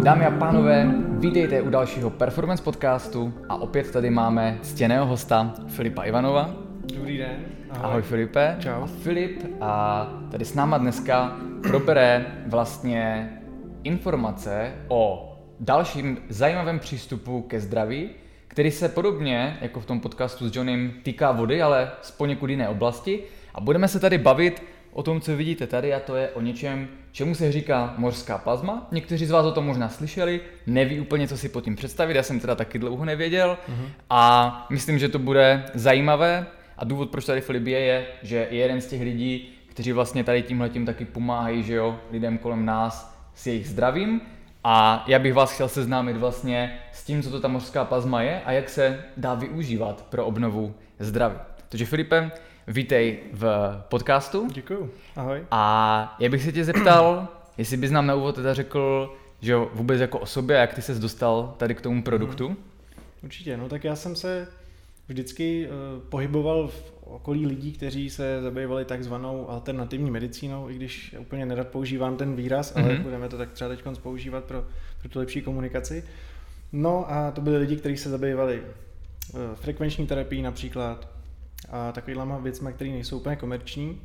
Dámy a pánové, vítejte u dalšího Performance podcastu a opět tady máme ctěného hosta Filipa Ivanova. Dobrý den. Ahoj Filipe. Čau. A Filip tady s náma dneska probere vlastně informace o dalším zajímavém přístupu ke zdraví, který se podobně jako v tom podcastu s Johnem týká vody, ale z poněkud jiné oblasti. A budeme se tady bavit o tom, co vidíte tady, a to je o něčem, čemu se říká mořská plazma. Někteří z vás o tom možná slyšeli, neví úplně, co si pod tím představit, já jsem teda taky dlouho nevěděl a myslím, že to bude zajímavé. A důvod, proč tady Filip je, že je jeden z těch lidí, kteří vlastně tady tímhletím taky pomáhají, že jo, lidem kolem nás s jejich zdravím. A já bych vás chtěl seznámit vlastně s tím, co to ta mořská plazma je a jak se dá využívat pro obnovu zdraví. Takže Filipe, vítej v podcastu. Děkuju. Ahoj. A já bych se tě zeptal, jestli bys nám na úvod teda řekl, že jo, vůbec jako o sobě, jak ty ses dostal tady k tomu produktu. Určitě, no tak já jsem se vždycky pohyboval v okolí lidí, kteří se zabývali takzvanou alternativní medicínou, i když úplně nerad používám ten výraz, ale budeme to tak třeba teď používat pro tu lepší komunikaci. No a to byli lidi, kteří se zabývali frekvenční terapií například a takovýhlema věcmi, které nejsou úplně komerční.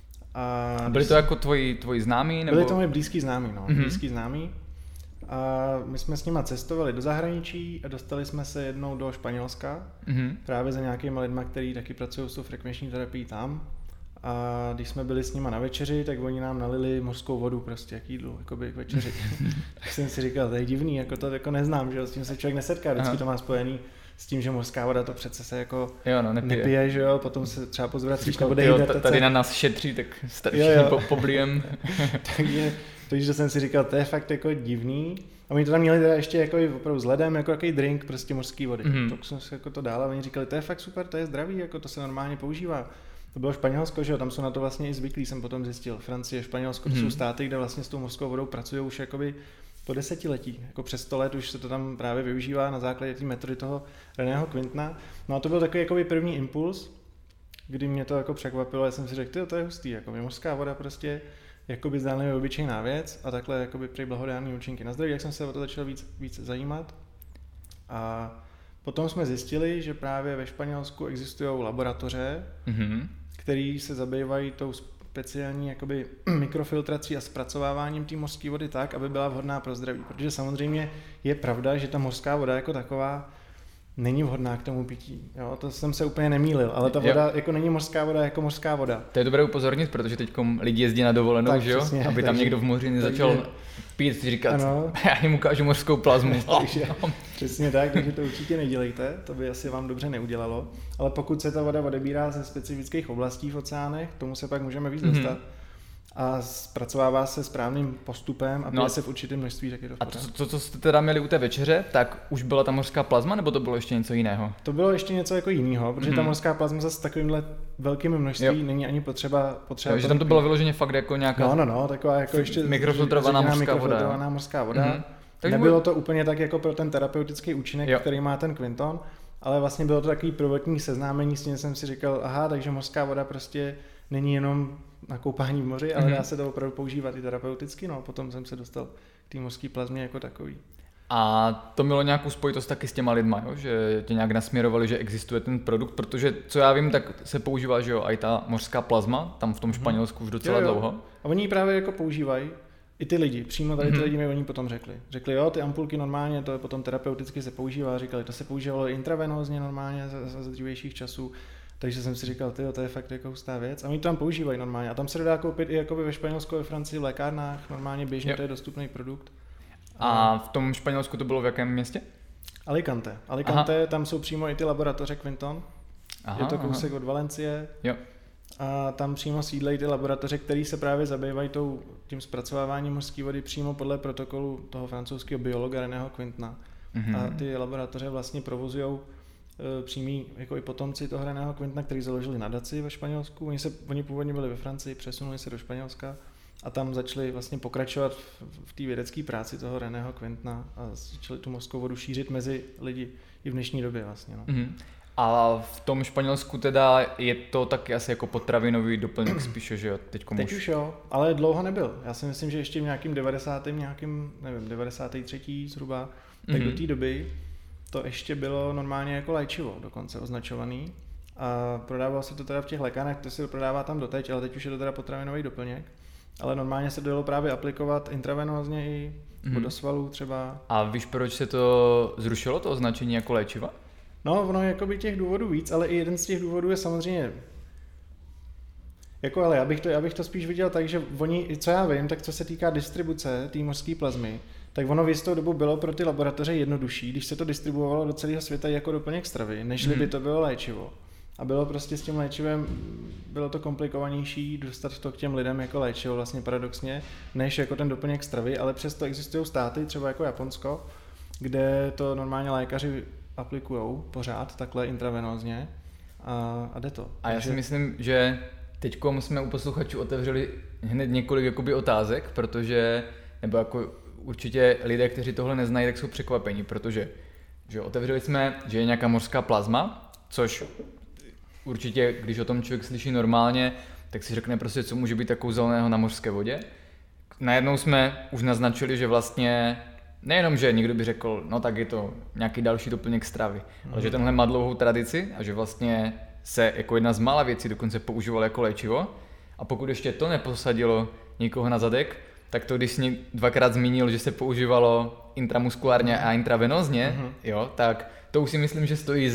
A byli to jako tvoji známí? Nebo? Byli to moji blízký známí, blízký známí. A my jsme s nima cestovali do zahraničí a dostali jsme se jednou do Španělska, právě za nějakýma lidma, kteří taky pracují s tou frekvenční terapií tam. A když jsme byli s nima na večeři, tak oni nám nalili mořskou vodu prostě k jídlu, jakoby k večeři. Tak jsem si říkal, to je divný, jako to jako neznám, že jo, s tím se člověk nesetká, vždycky to má spojený s tím, že mořská voda to přece se jako nepije, že jo, potom se třeba pozvracíš nebo dehydratace. Tady na nás šetří, tak všichni poblijem. Takže jsem si říkal, to je fakt jako divný. A oni to tam měli teda ještě jako opravdu s ledem, jako takový drink prostě mořský vody. Tak jsem si jako to dál a oni říkali, to je fakt super, to je zdravý, jako to se normálně používá. To bylo Španělsko, že jo, tam jsou na to vlastně i zvyklí, jsem potom zjistil. Francie, Španělsko, to jsou státy, kde vlastně s tou mořskou vodou pracují už jakoby po desetiletí, jako přes 100 let už se to tam právě využívá na základě té metody toho Reného Quintana. No a to byl takový jakoby první impuls, kdy mě to jako překvapilo, já jsem si řekl, to je hustý, jako mořská voda prostě jakoby zdánlivě obyčejná věc a takhle jakoby prý blahodárný účinky na zdraví, jak jsem se o to začal víc zajímat. A potom jsme zjistili, že právě ve Španělsku existují laboratoře, které se zabývají tou speciální jakoby mikrofiltrací a zpracováváním té mořské vody tak, aby byla vhodná pro zdraví. Protože samozřejmě je pravda, že ta mořská voda jako taková není vhodná k tomu pití. Jo, to jsem se úplně nemýlil, ale ta voda jako není mořská voda jako mořská voda. To je dobré upozornit, protože teď lidi jezdí na dovolenou, tak, že jo? Přesně, aby tam někdo v moři nezačal pít, si říkat, já jim ukážu mořskou plazmu. Přesně tak, takže to určitě nedělejte, to by asi vám dobře neudělalo. Ale pokud se ta voda odebírá ze specifických oblastí v oceánech, tomu se pak můžeme víc dostat. A zpracovává se správným postupem a pije se v určitém množství, tak je to v pořádku. A to, co jste teda měli u té večeře, tak už byla ta mořská plazma, nebo to bylo ještě něco jiného? To bylo ještě něco jako jiného, protože ta mořská plazma zase s takovýmhle velkým množství není ani potřeba. Takže tam to bylo vyloženě fakt jako nějaká taková jako ještě mikrofiltrovaná mořská voda. Nebylo to úplně tak jako pro ten terapeutický účinek, který má ten Quinton, ale vlastně bylo to takový prvotní seznámení, s tím jsem si říkal, takže mořská voda prostě není jenom na koupání v moři, ale dá se to opravdu používat i terapeuticky, no a potom jsem se dostal k té mořské plazmě jako takový. A to mělo nějakou spojitost taky s těma lidma, jo? Že tě nějak nasměrovali, že existuje ten produkt, protože co já vím, tak se používá, že jo, i ta mořská plazma, tam v tom Španělsku už docela dlouho. A oni ji právě jako používají, i ty lidi, přímo tady ty lidi mi oni potom řekli, jo, ty ampulky normálně, to je potom terapeuticky se používá, říkali, to se používalo intravenózně normálně za dřívějších časů. Takže jsem si říkal, to je fakt jako hustá věc. A oni to tam používají normálně. A tam se dá koupit i jakoby ve Španělsku, ve Francii, v lékárnách. Normálně běžně to je dostupný produkt. A v tom Španělsku to bylo v jakém městě? Alicante, tam jsou přímo i ty laboratoře Quinton. Je to kousek od Valencie. Jo. A tam přímo sídlejí ty laboratoře, které se právě zabývají tím zpracováváním mořské vody přímo podle protokolu toho francouzského biologa Reného Quintana. A ty laboratoře vlastně provozujou přímí jako i potomci toho Reného Quintana, který založili nadaci ve Španělsku. Oni původně byli ve Francii, přesunuli se do Španělska a tam začali vlastně pokračovat v té vědecké práci toho Reného Quintana a začali tu mořskou vodu šířit mezi lidi i v dnešní době vlastně. No. A v tom Španělsku teda je to taky asi jako potravinový doplněk spíše, že jo? Teď už jo, ale dlouho nebyl. Já si myslím, že ještě v nějakým 93. zhruba, tak do té doby to ještě bylo normálně jako léčivo dokonce označovaný. A prodávalo se to teda v těch lékárnách, to se prodává tam doteď, ale teď už je to teda potravinový doplněk. Ale normálně se dalo právě aplikovat intravenózně i do svalů třeba. A víš, proč se to zrušilo, to označení jako léčiva? No, ono je jakoby těch důvodů víc, ale i jeden z těch důvodů je samozřejmě jako, ale já bych to spíš viděl tak, že oni, co já vím, tak co se týká distribuce té mořské plazmy, tak ono v jistou dobu bylo pro ty laboratoře jednodušší, když se to distribuovalo do celého světa jako doplněk stravy, nežli by to bylo léčivo. A bylo prostě s tím léčivem, bylo to komplikovanější dostat to k těm lidem jako léčivo vlastně paradoxně, než jako ten doplněk stravy, ale přesto existují státy, třeba jako Japonsko, kde to normálně lékaři aplikujou pořád takhle intravenózně a jde to. A já si myslím, že teďkom jsme u posluchačů otevřeli hned několik jakoby otázek, protože, nebo jako určitě lidé, kteří tohle neznají, tak jsou překvapení, protože že otevřeli jsme, že je nějaká mořská plazma, což určitě, když o tom člověk slyší normálně, tak si řekne prostě, co může být takovou zeleného na mořské vodě. Najednou jsme už naznačili, že vlastně nejenom, že někdo by řekl, no tak je to nějaký další doplněk stravy, ale že tenhle má dlouhou tradici a že vlastně se jako jedna z mála věcí dokonce používal jako léčivo. A pokud ještě to neposadilo nikoho na zadek, tak to, když jsi dvakrát zmínil, že se používalo intramuskulárně a intravenózně, jo, tak to už si myslím, že stojí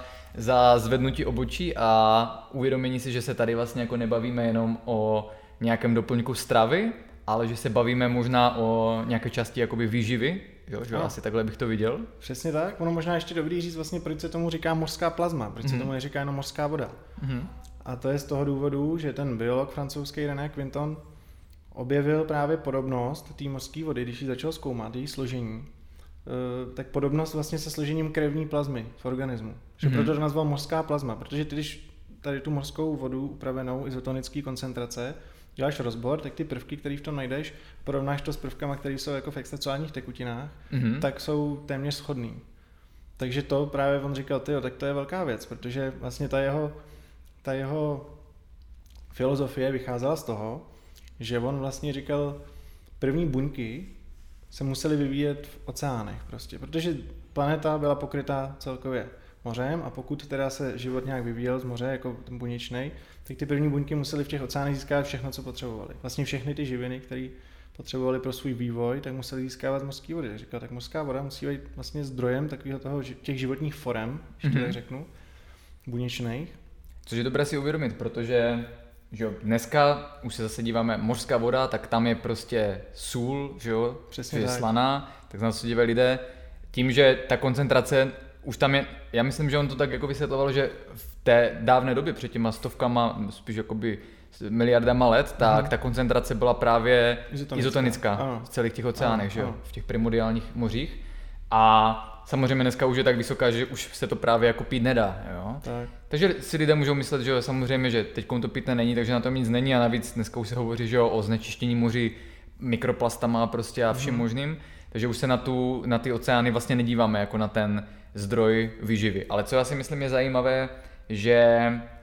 za zvednutí obočí a uvědomění si, že se tady vlastně jako nebavíme jenom o nějakém doplňku stravy, ale že se bavíme možná o nějaké části jakoby výživy, jo, že asi takhle bych to viděl. Přesně tak, ono možná ještě dobrý říct vlastně, proč se tomu říká mořská plazma, proč se tomu neříká jenom mořská voda. A to je z toho důvodu, že ten biolog francouzský René Quinton objevil právě podobnost té mořské vody, když ji začal zkoumat, její složení, tak podobnost vlastně se složením krevní plazmy v organismu. Že proto to nazval mořská plazma, protože ty, když tady tu mořskou vodu upravenou izotonické koncentrace děláš rozbor, tak ty prvky, které v tom najdeš, porovnáš to s prvkama, které jsou jako v extracelulárních tekutinách, tak jsou téměř shodný. Takže to právě on říkal, tak to je velká věc, protože vlastně ta jeho filozofie vycházela z toho, že on vlastně říkal, první buňky se musely vyvíjet v oceánech prostě, protože planeta byla pokrytá celkově mořem a pokud teda se život nějak vyvíjel z moře jako ten buněčnej, tak ty první buňky musely v těch oceánech získávat všechno, co potřebovali. Vlastně všechny ty živiny, které potřebovali pro svůj vývoj, tak museli získávat z mořské vody. Říkal, tak mořská voda musí být vlastně zdrojem takového toho těch životních forem, ještě tak řeknu, buněčných. Což je dobré si uvědomit, protože že jo, dneska už se zase díváme mořská voda, tak tam je prostě sůl, že jo, přesně je slaná, tak se na to dívají lidé. Tím, že ta koncentrace už tam je, já myslím, že on to tak jako vysvětloval, že v té dávné době před těma stovkama, spíš jakoby miliardama let, tak ta koncentrace byla právě izotonická v celých těch oceánech, že jo, v těch primordiálních mořích. A samozřejmě dneska už je tak vysoká, že už se to právě jako pít nedá, jo. Takže si lidé můžou myslet, že jo, samozřejmě, že teď to pitné není, takže na tom nic není a navíc dneska už se hovoří, že jo, o znečištění moří mikroplastama prostě a vším možným. Takže už se na ty oceány vlastně nedíváme jako na ten zdroj výživy. Ale co já si myslím je zajímavé, že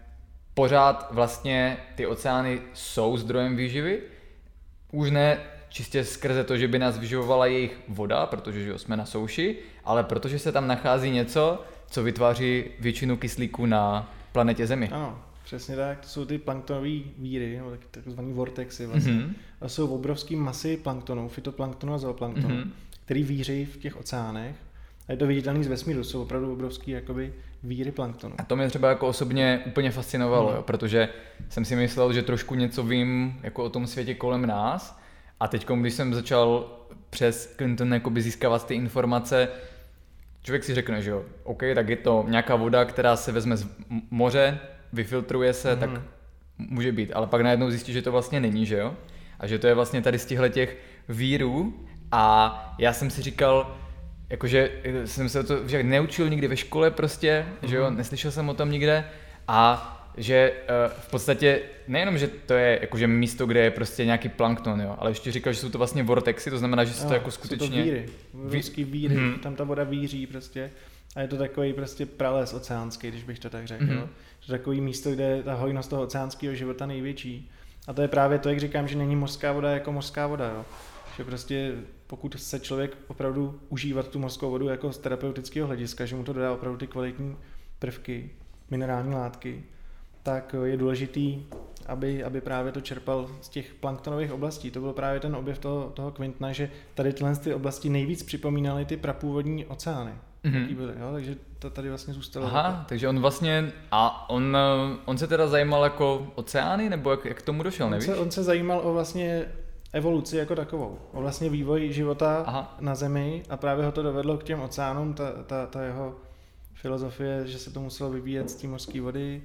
pořád vlastně ty oceány jsou zdrojem výživy, už ne čistě skrze to, že by nás vyživovala jejich voda, protože že jsme na souši, ale protože se tam nachází něco, co vytváří většinu kyslíku na planetě Zemi. Ano, přesně tak, to jsou ty planktonové víry, nebo takzvaný vortexy vlastně. To jsou obrovské masy planktonu, fytoplanktonu a zooplanktonu, který víří v těch oceánech. A je to viditelný z vesmíru, jsou opravdu obrovský jakoby víry planktonu. A to mě třeba jako osobně úplně fascinovalo, jo, protože jsem si myslel, že trošku něco vím jako o tom světě kolem nás. A teď, když jsem začal přes Clinton jakoby získávat ty informace, člověk si řekne, že jo, OK, tak je to nějaká voda, která se vezme z moře, vyfiltruje se, tak může být. Ale pak najednou zjistí, že to vlastně není, že jo? A že to je vlastně tady z těch vírů. A já jsem si říkal, jakože jsem se to neučil nikdy ve škole prostě, že jo, neslyšel jsem o tom nikde. A že v podstatě nejenom, že to je jakože místo, kde je prostě nějaký plankton, jo, ale ještě říkal, že jsou to vlastně vortexy, to znamená, že se to jako skutečně... Jsou to víry, obrovský víry, tam ta voda víří prostě A je to takový prostě prales oceánský, když bych to tak řekl. Mhm. To je takový místo, kde je ta hojnost toho oceánského života největší. A to je právě to, jak říkám, že není mořská voda jako mořská voda. Jo. Že prostě pokud se člověk opravdu užívat tu mořskou vodu jako z terapeutického hlediska, že mu to dodá opravdu ty kvalitní prvky, minerální látky, tak je důležitý, aby právě to čerpal z těch planktonových oblastí. To byl právě ten objev toho Quintona, že tady tyhle ty oblasti nejvíc připomínaly ty prapůvodní oceány. Jaký byly, jo? Takže to tady vlastně zůstalo. Aha, takže on vlastně, a on se teda zajímal jako oceány, nebo jak k tomu došel, nevíš? On se zajímal o vlastně evoluci jako takovou, o vlastně vývoj života na Zemi a právě ho to dovedlo k těm oceánům, ta jeho filozofie, že se to muselo vyvíjet z té mořské vody,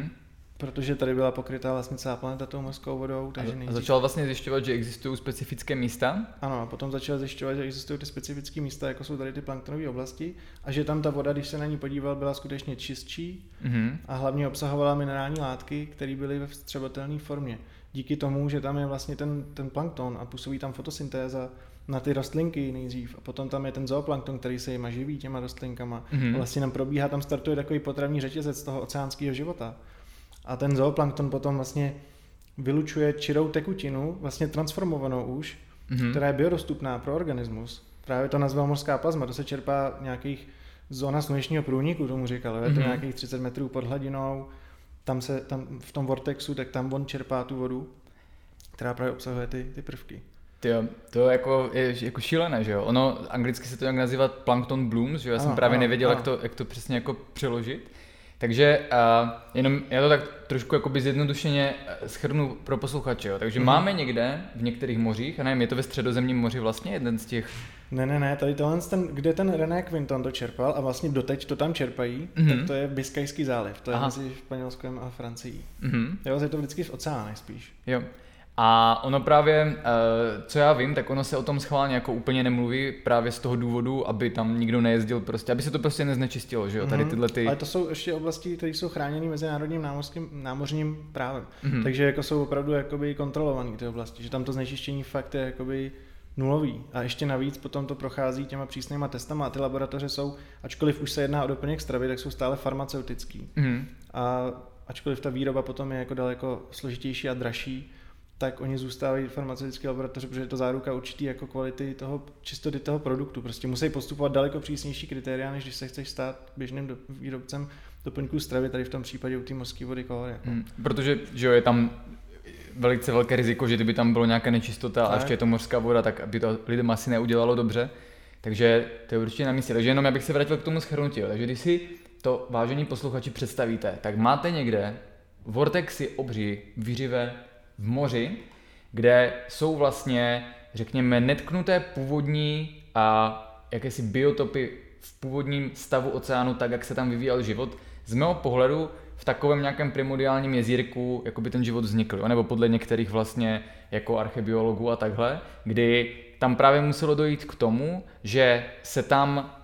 protože tady byla pokrytá vlastně celá planeta tou mořskou vodou. Takže a začal vlastně zjišťovat, že existují specifické místa? Ano, a potom začal zjišťovat, že existují ty specifické místa, jako jsou tady ty planktonové oblasti a že tam ta voda, když se na ní podíval, byla skutečně čistší a hlavně obsahovala minerální látky, které byly ve vstřebatelné formě. Díky tomu, že tam je vlastně ten plankton a působí tam fotosyntéza na ty rostlinky nejdřív a potom tam je ten zooplankton, který se jima živí těma rostlinkama. Vlastně nám probíhá, tam startuje takový potravní řetězec toho oceánského života. A ten zooplankton potom vlastně vylučuje čirou tekutinu, vlastně transformovanou už, která je biodostupná pro organismus. Právě to nazval mořská plazma, to se čerpá nějakých zóna slunečního průniku, tomu říkal, je to nějakých 30 metrů pod hladinou, tam v tom vortexu, tak tam on čerpá tu vodu, která právě obsahuje ty prvky. Tyjo, to je jako šílené, že jo? Ono anglicky se to jak nazývá plankton blooms, že jo? Já jsem právě nevěděl, jak to přesně jako přeložit. Takže jenom já to tak trošku jakoby zjednodušeně shrnu pro posluchače, jo. Takže máme někde v některých mořích, a nevím, je to ve Středozemním moři vlastně jeden z těch? Ne, tady kde ten René Quinton to čerpal a vlastně doteď to tam čerpají, tak to je Biskajský záliv, to je mezi Španělskem a Francií. Jo, je to vždycky v oceánech spíš. Jo. A ono právě, co já vím, tak ono se o tom schválně jako úplně nemluví právě z toho důvodu, aby tam nikdo nejezdil prostě, aby se to prostě neznečistilo, že jo, tady tyhle ty... Ale to jsou ještě oblasti, které jsou chráněny mezinárodním námořním právem, takže jako jsou opravdu jakoby kontrolované ty oblasti, že tam to znečištění fakt je jakoby nulový a ještě navíc potom to prochází těma přísnýma testama a ty laboratoře jsou, ačkoliv už se jedná o doplněk stravy, tak jsou stále farmaceutický. A ačkoliv ta výroba potom je jako daleko složitější a dražší, tak oni zůstávají farmaceutické laboratoře, protože je to záruka určitý jako kvality čistoty toho produktu. Prostě musí postupovat daleko přísnější kritéria, než když se chceš stát běžným výrobcem doplňků stravy, tady v tom případě u té mořské vody kór. Jako. Protože že jo, je tam velice velké riziko, že kdyby tam bylo nějaká nečistota a ještě je to mořská voda, tak aby to lidem asi neudělalo dobře. Takže to je určitě na místě. Takže jenom já bych se vrátil k tomu shrnutí. Takže když si to, vážení posluchači, představíte, tak máte někde vortexy obří, vyřivé v moři, kde jsou vlastně, řekněme, netknuté původní a jakési biotopy v původním stavu oceánu, tak jak se tam vyvíjel život. Z mého pohledu v takovém nějakém primordiálním jezírku jako by ten život vznikl, nebo podle některých vlastně jako archebiologů a takhle, kdy tam právě muselo dojít k tomu, že se tam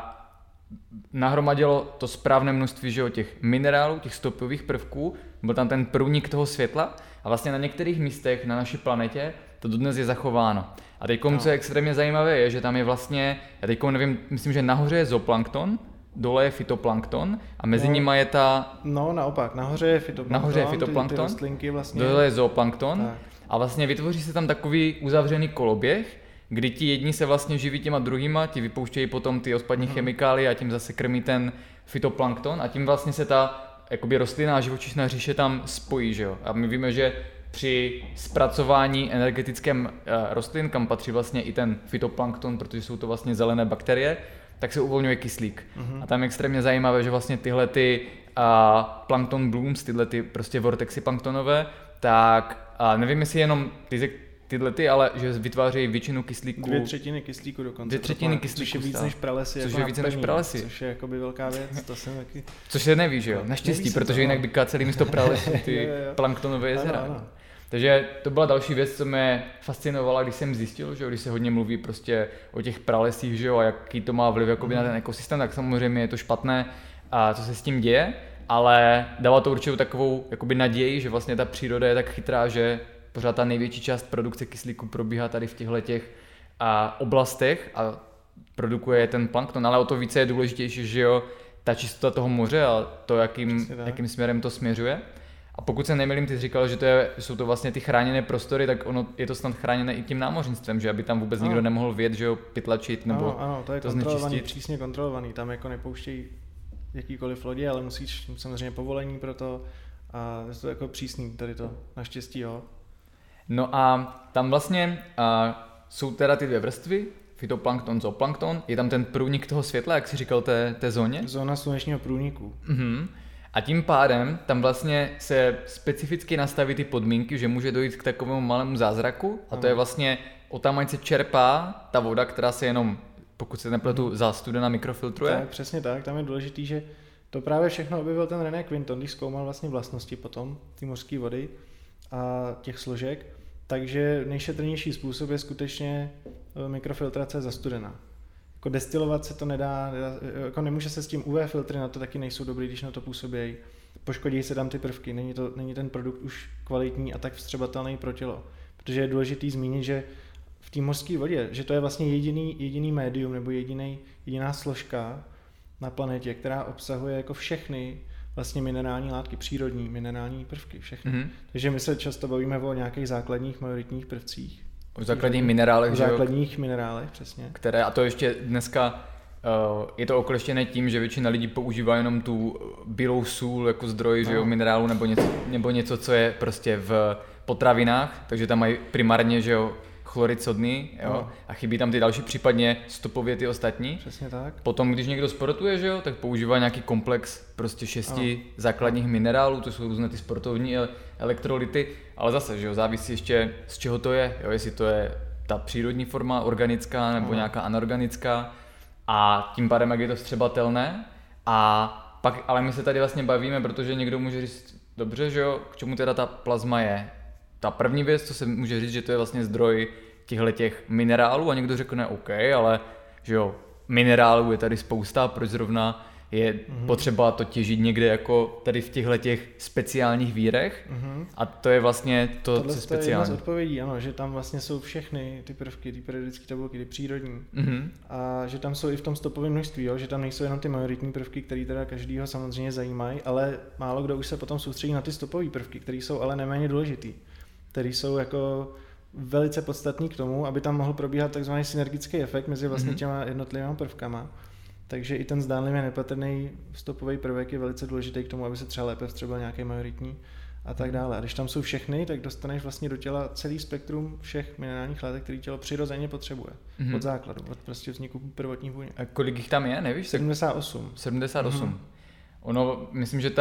nahromadilo to správné množství, že, těch minerálů, těch stopových prvků, byl tam ten průnik toho světla a vlastně na některých místech na naší planetě to dodnes je zachováno. A teď co je extrémně zajímavé je, že tam je vlastně, já teď nevím, myslím, že nahoře je zooplankton, dole je fytoplankton a mezi nimi je ta... No naopak, nahoře je fytoplankton, ty rostlinky vlastně. Dole je zooplankton a vlastně vytvoří se tam takový uzavřený koloběh, kdy ti jedni se vlastně živí těma druhýma, ti vypouštějí potom ty odpadní chemikálie a tím zase krmí ten fytoplankton a tím vlastně se ta jakoby rostlinná a živočišná říše tam spojí, že jo. A my víme, že při zpracování energetickém rostlin, kam patří vlastně i ten fytoplankton, protože jsou to vlastně zelené bakterie, tak se uvolňuje kyslík. A tam je extrémně zajímavé, že vlastně tyhle ty plankton blooms, tyhle ty prostě vortexy planktonové, tak nevím, jestli jenom tyhle ty, ale že vytvářejí většinu kyslíku. 2/3 kyslíku dokonce. 2/3 kyslíku. Což je víc než pralesy. Což je víc než pralesy. Což je jakoby velká věc, to jsem taky... Což se neví, že jo? Naštěstí, protože jinak by káceli místo pralesů ty planktonové jezera. Ano. Takže to byla další věc, co mě fascinovala, když jsem zjistil, že když se hodně mluví prostě o těch pralesích, že jo, a jaký to má vliv jakoby na ten ekosystém, tak samozřejmě je to špatné a co se s tím děje, ale dává to určitou takovou jakoby naději, že vlastně ta příroda je tak chytrá, že pořád ta největší část produkce kyslíku probíhá tady v těchto oblastech a produkuje ten plankton, ale o to více je důležitější, že jo, ta čistota toho moře a to, jakým směrem to směřuje. A pokud se nemýlím, ty jsi říkal, že jsou to vlastně ty chráněné prostory, tak ono je to snad chráněné i tím námořnictvem, že aby tam vůbec nikdo nemohl vjet, že jo, pytlačit nebo ano, to je to kontrolovaný, přísně kontrolovaný, tam jako nepouštějí jakýkoliv lodě, ale musíš samozřejmě povolení pro to a je to jako přísný tady to, naštěstí jo. No a tam vlastně jsou teda ty dvě vrstvy, fytoplankton, zooplankton, je tam ten průnik toho světla, jak jsi říkal, té zóně? Zóna slunečního průniku. A tím pádem tam vlastně se specificky nastaví ty podmínky, že může dojít k takovému malému zázraku a to je vlastně, odtamať se čerpá ta voda, která se jenom, pokud se nepletu, za studena mikrofiltruje. Tak, přesně tak, tam je důležitý, že to právě všechno objevil ten René Quinton, když zkoumal vlastně vlastnosti potom té mořské vody a těch složek, takže nejšetrnější způsob je skutečně mikrofiltrace za studena. Jako destilovat se to nedá, jako nemůže se s tím UV filtry, na to taky nejsou dobrý, když na to působí. Poškodí se tam ty prvky, není ten produkt už kvalitní a tak vstřebatelný pro tělo. Protože je důležitý zmínit, že v té mořské vodě, že to je vlastně jediný médium nebo jediná složka na planetě, která obsahuje jako všechny vlastně minerální látky, přírodní minerální prvky, všechny. Takže my se často bavíme o nějakých základních majoritních prvcích. O základních minerálech, že jo? O základních minerálech, přesně. Které, a to ještě dneska je to okleštěné tím, že většina lidí používá jenom tu bílou sůl jako zdroj, že jo, minerálu nebo něco, co je prostě v potravinách, takže tam mají primárně, že jo, chlorid sodný, jo, a chybí tam ty další, případně stopově ty ostatní. Přesně tak. Potom, když někdo sportuje, že jo, tak používá nějaký komplex prostě 6 základních minerálů, to jsou různé ty sportovní elektrolyty, ale zase, že jo, závisí ještě z čeho to je, jo, jestli to je ta přírodní forma, organická nebo nějaká anorganická a tím pádem, jak je to vstřebatelné. A pak, ale my se tady vlastně bavíme, protože někdo může říct, dobře, že jo, k čemu teda ta plazma je. Ta první věc, co se může říct, že to je vlastně zdroj těch minerálů a někdo řekne OK, ale že jo, minerálů je tady spousta, proč zrovna je potřeba to těžit někde jako tady v těch speciálních vírech a to je vlastně to, co je speciální. To je jedna z odpovědí, ano, že tam vlastně jsou všechny ty prvky, ty periodické tabulky, ty přírodní a že tam jsou i v tom stopovém množství, jo, že tam nejsou jenom ty majoritní prvky, které teda každýho samozřejmě zajímají, ale málo kdo už se potom soustředí na ty stopové prvky, které jsou ale neméně důležitý, které jsou jako velice podstatný k tomu, aby tam mohl probíhat takzvaný synergický efekt mezi vlastně těma jednotlivými prvkama. Takže i ten zdánlivě nepatrný stopový prvek je velice důležitý k tomu, aby se třeba lépe vstřebil nějaký majoritní a tak dále. A když tam jsou všechny, tak dostaneš vlastně do těla celý spektrum všech minerálních látek, které tělo přirozeně potřebuje. Od základu, od prostě vzniku prvotních buněk. A kolik jich tam je, nevíš? 78. 78. Ono, myslím, že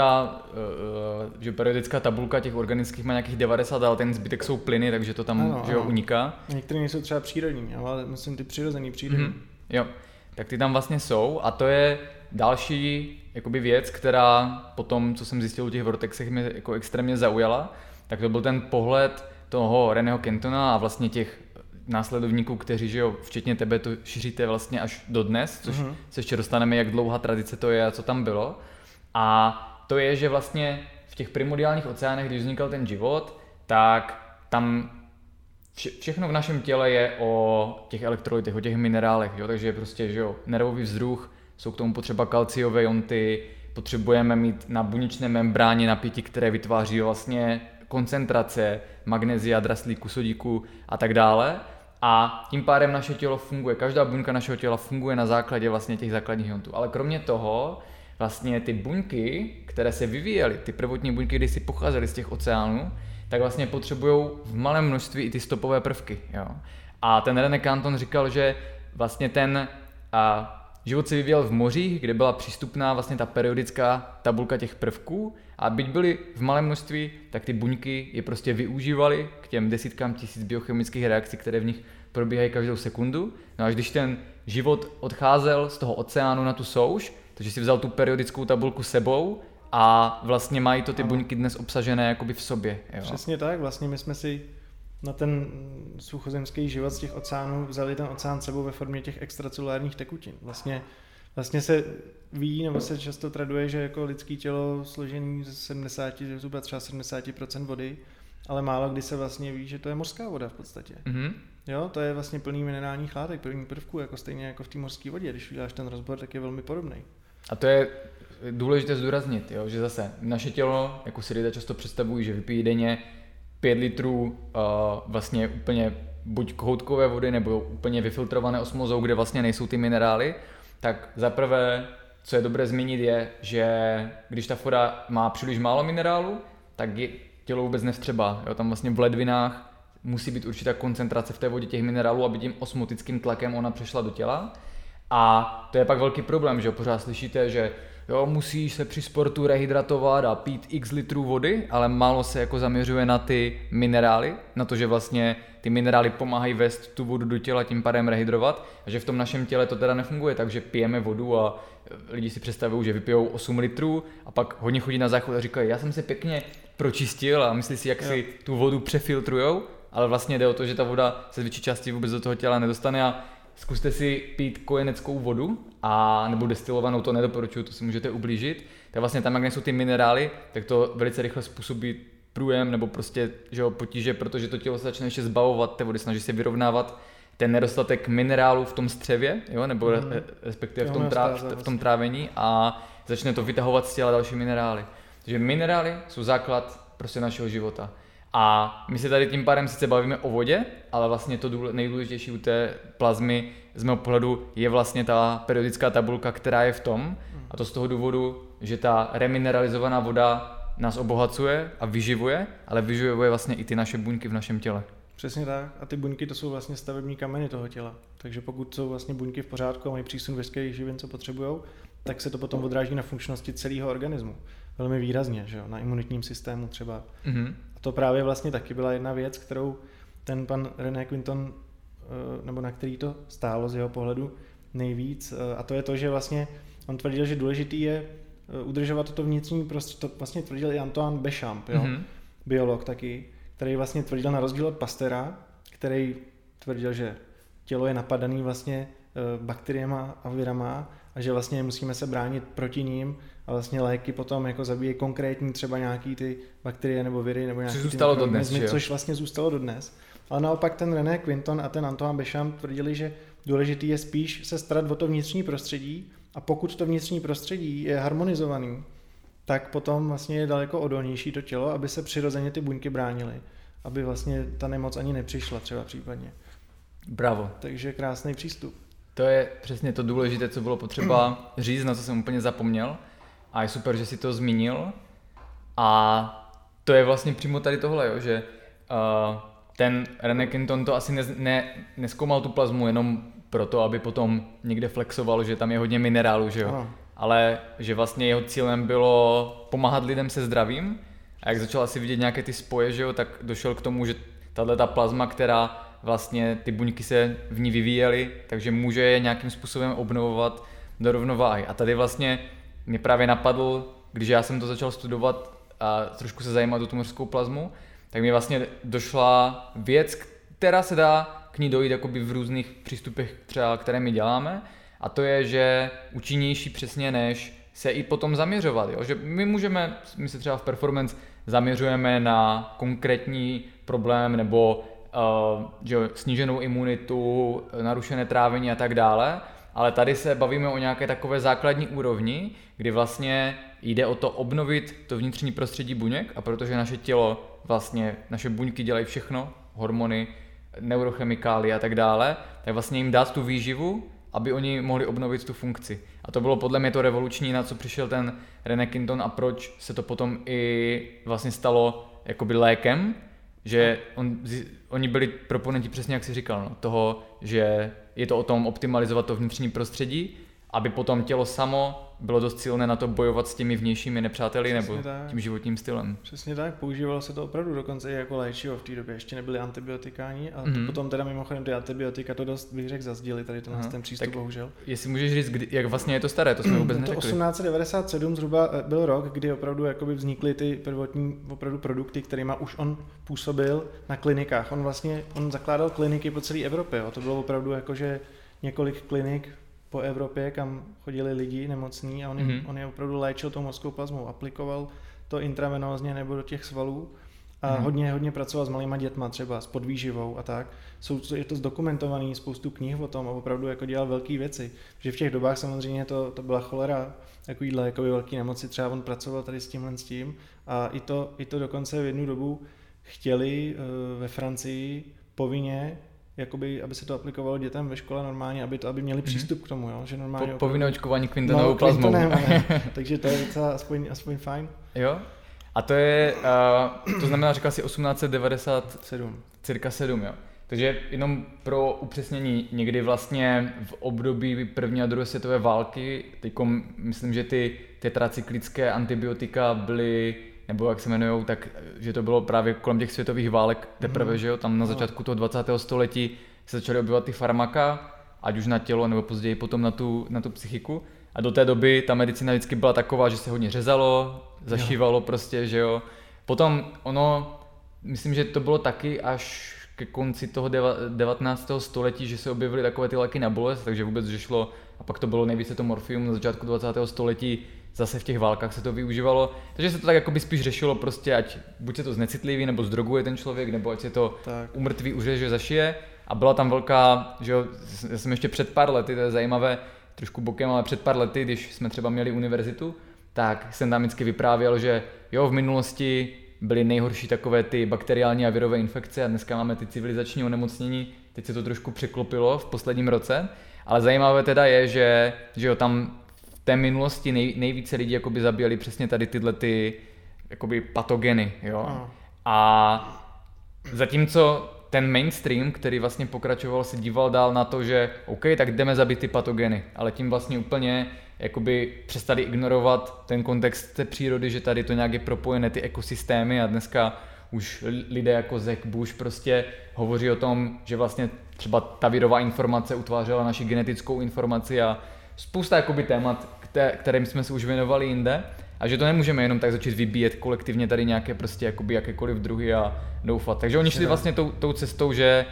že periodická tabulka těch organických má nějakých 90, ale ten zbytek jsou plyny, takže to tam uniká. Některé nejsou třeba přírodní, ale myslím ty přirozený přírodní. Jo, tak ty tam vlastně jsou a to je další jakoby věc, která potom, co jsem zjistil u těch vortexech, mě jako extrémně zaujala, tak to byl ten pohled toho Reného Quintona a vlastně těch následovníků, kteří, že jo, včetně tebe to šíříte vlastně až do dnes, což se ještě dostaneme, jak dlouhá tradice to je a co tam bylo. A to je, že vlastně v těch primordiálních oceánech, když vznikal ten život, tak tam všechno v našem těle je o těch elektrolytech, o těch minerálech, jo? Takže prostě, že jo, nervový vzruch, jsou k tomu potřeba kalciové jonty, potřebujeme mít na buněčné membráně napětí, které vytváří vlastně koncentrace magnézia, draslíku, sodíku a tak dále. A tím pádem naše tělo funguje, každá buňka našeho těla funguje na základě vlastně těch základních jontů. Ale kromě toho, vlastně ty buňky, které se vyvíjely, ty prvotní buňky, když si pocházely z těch oceánů, tak vlastně potřebují v malém množství i ty stopové prvky. Jo? A ten René Quinton říkal, že vlastně ten život se vyvíjel v mořích, kde byla přístupná vlastně ta periodická tabulka těch prvků a byť byly v malém množství, tak ty buňky je prostě využívaly k těm desítkám tisíc biochemických reakcí, které v nich probíhají každou sekundu. No až když ten život odcházel z toho oceánu na tu souš, takže si vzal tu periodickou tabulku sebou a vlastně mají to ty buňky dnes obsažené jakoby v sobě. Jo? Přesně tak, vlastně my jsme si na ten suchozemský život z těch oceánů vzali ten oceán sebou ve formě těch extracelulárních tekutin. Vlastně se ví, nebo se často traduje, že jako lidský tělo složený ze 70, zhruba třeba 70% vody ale málo kdy se vlastně ví, že to je mořská voda v podstatě. Jo, to je vlastně plný minerálních látek, plný prvků, jako stejně jako v té mořské vodě. Když uděláš ten rozbor, tak je velmi podobný. A to je důležité zdůraznit, jo, že zase naše tělo, jako si lidé často představují, že vypijí denně 5 litrů vlastně úplně buď kohoutkové vody, nebo úplně vyfiltrované osmozou, kde vlastně nejsou ty minerály, tak zaprvé, co je dobré zmínit, je, že když ta voda má příliš málo minerálu, tak je tělo vůbec nevstřebá. Jo, tam vlastně v ledvinách musí být určitá koncentrace v té vodě těch minerálů, aby tím osmotickým tlakem ona přešla do těla. A to je pak velký problém, že pořád slyšíte, že jo, musíš se při sportu rehydratovat a pít x litrů vody, ale málo se jako zaměřuje na ty minerály, na to, že vlastně ty minerály pomáhají vést tu vodu do těla, tím pádem rehydrovat, a že v tom našem těle to teda nefunguje, takže pijeme vodu a lidi si představují, že vypijou 8 litrů a pak hodně chodí na záchod a říkají, já jsem se pěkně pročistil a myslí si, jak si tu vodu přefiltrujou, ale vlastně jde o to, že ta voda se z větší části vůbec do toho těla nedostane a zkuste si pít kojeneckou vodu a nebo destilovanou, to nedoporučuju, to si můžete ublížit. Tak vlastně tam, jak nejsou ty minerály, tak to velice rychle způsobí průjem nebo prostě že potíže, protože to tělo se začne ještě zbavovat té vody, snaží se vyrovnávat ten nedostatek minerálů v tom střevě, jo, nebo respektive v tom trávení a začne to vytahovat z těla další minerály. Takže minerály jsou základ prostě našeho života. A my se tady tím pádem sice bavíme o vodě, ale vlastně to nejdůležitější u té plazmy z mého pohledu je vlastně ta periodická tabulka, která je v tom, a to z toho důvodu, že ta remineralizovaná voda nás obohacuje a vyživuje, ale vyživuje vlastně i ty naše buňky v našem těle. Přesně tak. A ty buňky to jsou vlastně stavební kameny toho těla. Takže pokud jsou vlastně buňky v pořádku a mají přísun veškerých živin, co potřebujou, tak se to potom odráží na funkčnosti celého organismu. Velmi výrazně, že jo? Na imunitním systému třeba. A to právě vlastně taky byla jedna věc, kterou ten pan René Quinton, nebo na který to stálo z jeho pohledu nejvíc, a to je to, že vlastně on tvrdil, že důležitý je udržovat toto vnitřní prostředí, to vlastně tvrdil i Antoine Béchamp, jo? Biolog taky, který vlastně tvrdil na rozdíl od Pasteura, který tvrdil, že tělo je napadaný vlastně bakteriema a virama a že vlastně musíme se bránit proti ním a vlastně léky potom jako zabíjí konkrétní třeba nějaký ty bakterie nebo viry nebo nějaký což vlastně zůstalo dodnes. Ale naopak ten René Quinton a ten Antoine Béchamp tvrdili, že důležitý je spíš se starat o to vnitřní prostředí a pokud to vnitřní prostředí je harmonizovaný, tak potom vlastně je daleko odolnější to tělo, aby se přirozeně ty buňky bránily, aby vlastně ta nemoc ani nepřišla třeba případně. Bravo. Takže krásný přístup. To je přesně to důležité, co bylo potřeba říct, na co jsem úplně zapomněl. A je super, že si to zmínil. A to je vlastně přímo tady tohle, jo, že ten René Quinton to asi nezkoumal tu plazmu jenom proto, aby potom někde flexoval, že tam je hodně minerálů, že jo. Ano. Ale že vlastně jeho cílem bylo pomáhat lidem se zdravím. A jak začal asi vidět nějaké ty spoje, že jo, tak došel k tomu, že tato plazma, která vlastně ty buňky se v ní vyvíjely, takže může je nějakým způsobem obnovovat do rovnováhy. A tady vlastně mě právě napadl, když já jsem to začal studovat a trošku se zajímat o tu mořskou plazmu, tak mi vlastně došla věc, která se dá k ní dojít jakoby v různých přístupech, třeba, které my děláme, a to je, že účinnější přesně než se i potom zaměřovat. Jo? Že my se třeba v performance zaměřujeme na konkrétní problém nebo že sníženou imunitu, narušené trávení a tak dále, ale tady se bavíme o nějaké takové základní úrovni, kdy vlastně jde o to obnovit to vnitřní prostředí buněk, a protože naše tělo, vlastně naše buňky dělají všechno, hormony, neurochemikálie a tak dále, tak vlastně jim dát tu výživu, aby oni mohli obnovit tu funkci. A to bylo podle mě to revoluční, na co přišel ten René Quinton a proč se to potom i vlastně stalo jakoby lékem, že oni byli proponenti přesně, jak jsi říkal, no, toho, že je to o tom optimalizovat to vnitřní prostředí, aby potom tělo samo bylo dost silné na to bojovat s těmi vnějšími nepřáteli přesně nebo tak. tím životním stylem. Přesně tak, používalo se to opravdu dokonce i jako léčivo v té době, ještě nebyly antibiotikáni a potom teda mimochodem ty antibiotika to dost, bych řekl, zazdili tady ten přístup, tak bohužel. Jestli můžeš říct, jak vlastně je to staré, to jsme vůbec neřekli. To 1897 zhruba byl rok, kdy opravdu jakoby vznikly ty prvotní opravdu produkty, kterýma už on působil na klinikách. On zakládal kliniky po celé Evropě, jo. To bylo opravdu jakože několik klinik po Evropě, kam chodili lidi nemocní a on je opravdu léčil tou mořskou plazmou, aplikoval to intravenózně nebo do těch svalů a hodně pracoval s malýma dětma třeba, s podvýživou a tak. Je to zdokumentovaný, spoustu knih o tom a opravdu jako dělal velké věci. Že v těch dobách samozřejmě to byla cholera, takovýhle jako velké nemoci, třeba on pracoval tady s tímhle s tím a i to dokonce v jednu dobu chtěli ve Francii povinně, jakoby, aby se to aplikovalo dětem ve škole normálně, aby měli přístup k tomu, jo? Že normálně povinné očkování Quintonovou plazmou. Takže to je docela aspoň fajn. Jo? A to je, to znamená, říkal jsi 1897. Cirka 7, jo. Takže jenom pro upřesnění, někdy vlastně v období první a druhé světové války, teďko myslím, že ty tetracyklické antibiotika byly, nebo jak se jmenujou, tak že to bylo právě kolem těch světových válek teprve, že jo, tam na začátku toho 20. století se začaly objevovat ty farmaka, ať už na tělo, nebo později potom na tu psychiku. A do té doby ta medicína vždycky byla taková, že se hodně řezalo, zašívalo prostě, že jo. Potom myslím, že to bylo taky až ke konci toho 19. století, že se objevily takové ty léky na bolest, takže vůbec že šlo, a pak to bylo nejvíce to morfium na začátku 20. století, zase v těch válkách se to využívalo, takže se to tak jakoby spíš řešilo prostě, ať buď se to znecitliví, nebo zdroguje ten člověk, nebo ať se to umrtví uřeže, zašije. A byla tam velká, že jo, já jsem ještě před pár lety, to je zajímavé, trošku bokem, ale před pár lety, když jsme třeba měli univerzitu, tak jsem tam vždycky vyprávěl, že jo, v minulosti byly nejhorší takové ty bakteriální a virové infekce a dneska máme ty civilizační onemocnění, teď se to trošku překlopilo v posledním roce, ale zajímavé teda je, že jo, tam v té minulosti nejvíce lidí jakoby zabíjeli přesně tady tyhle ty jakoby patogeny, jo. A zatímco ten mainstream, který vlastně pokračoval, se díval dál na to, že OK, tak jdeme zabít ty patogeny, ale tím vlastně úplně jakoby přestali ignorovat ten kontext té přírody, že tady to nějak je propojené ty ekosystémy a dneska už lidé jako Zach Bush prostě hovoří o tom, že vlastně třeba ta virová informace utvářela naši genetickou informaci a spousta jakoby témat, kterým jsme se už věnovali jinde. A že to nemůžeme jenom tak začít vybíjet kolektivně tady nějaké prostě jakoby jakékoliv druhy a doufat. Takže oni šli vlastně tou cestou, že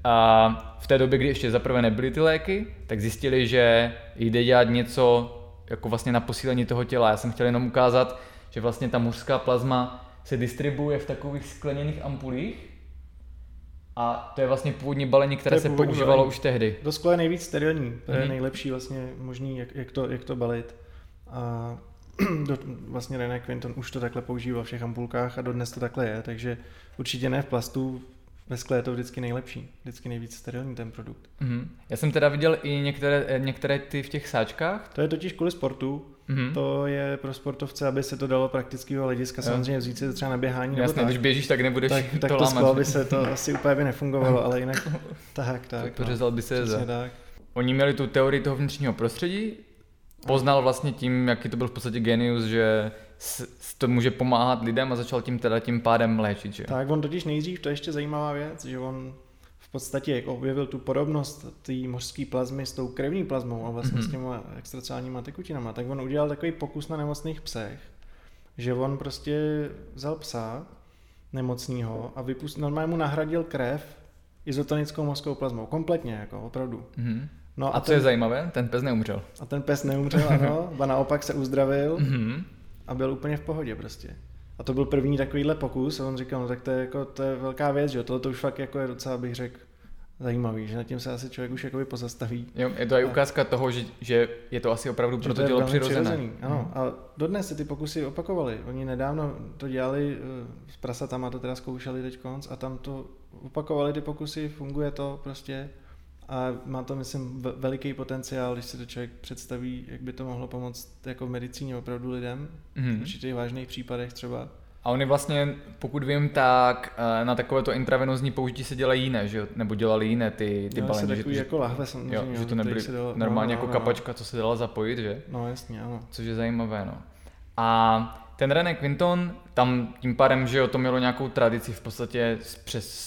v té době, kdy ještě zaprvé nebyly ty léky, tak zjistili, že jde dělat něco jako vlastně na posílení toho těla. Já jsem chtěl jenom ukázat, že vlastně ta mořská plazma se distribuuje v takových skleněných ampulích a to je vlastně původní balení, které se používalo už tehdy. To sklo je nejvíc sterilní, to je nejlepší vlastně možný, jak to balit. A vlastně René Quinton už to takhle používal v všech ampulkách a dodnes to takhle je, takže určitě ne v plastu, ve skle je to vždycky nejlepší, vždycky nejvíc sterilní ten produkt. Já jsem teda viděl i některé ty v těch sáčkách. To je totiž kvůli sportu, to je pro sportovce, aby se to dalo praktického hlediska, samozřejmě vzít si to třeba na běhání. Jasně, když běžíš, tak nebudeš tak to lámat. Sklo by se to asi úplně by nefungovalo, ale jinak tak. Pořezal by se tak. Oni měli tu teorii toho vnitřního prostředí, poznal vlastně tím, jaký to byl v podstatě genius, že to může pomáhat lidem a začal tím pádem léčit, že? Tak on totiž nejdřív, to je ještě zajímavá věc, že on v podstatě jako objevil tu podobnost té mořské plazmy s tou krevní plazmou a vlastně s těma extracelálníma tekutinama, tak on udělal takový pokus na nemocných psech, že on prostě vzal psa nemocného a normálně mu nahradil krev izotonickou mořskou plazmou, kompletně, jako opravdu. No a co je zajímavé, ten pes neumřel. A ten pes neumřel, ano, a naopak se uzdravil a byl úplně v pohodě prostě. A to byl první takovýhle pokus a on říkal, no tak to je velká věc, že tohle to už fakt jako je docela, bych řekl, zajímavý, že nad tím se asi člověk už jakoby pozastaví. Jo, je to i ukázka toho, že je to asi opravdu pro to tělo přirozené. Ano, a dodnes se ty pokusy opakovaly. Oni nedávno to dělali s prasatama, to teda zkoušeli teďkonc a tam to opakovali ty pokusy, funguje to prostě. A má to, myslím, veliký potenciál, když si to člověk představí, jak by to mohlo pomoct jako v medicíně opravdu lidem, v určitých vážných případech třeba. A oni vlastně, pokud vím, tak na takovéto intravenózní použití se dělají jiné, že jo? Nebo dělali jiné ty balení. Takový jako lahve samozřejmě. Jo, že to nebyly normálně jako kapačka, co se dala zapojit, že? No jasně, ano. Což je zajímavé, no. A ten René Quinton, tam tím pádem, že jo, to mělo nějakou tradici v podstatě přes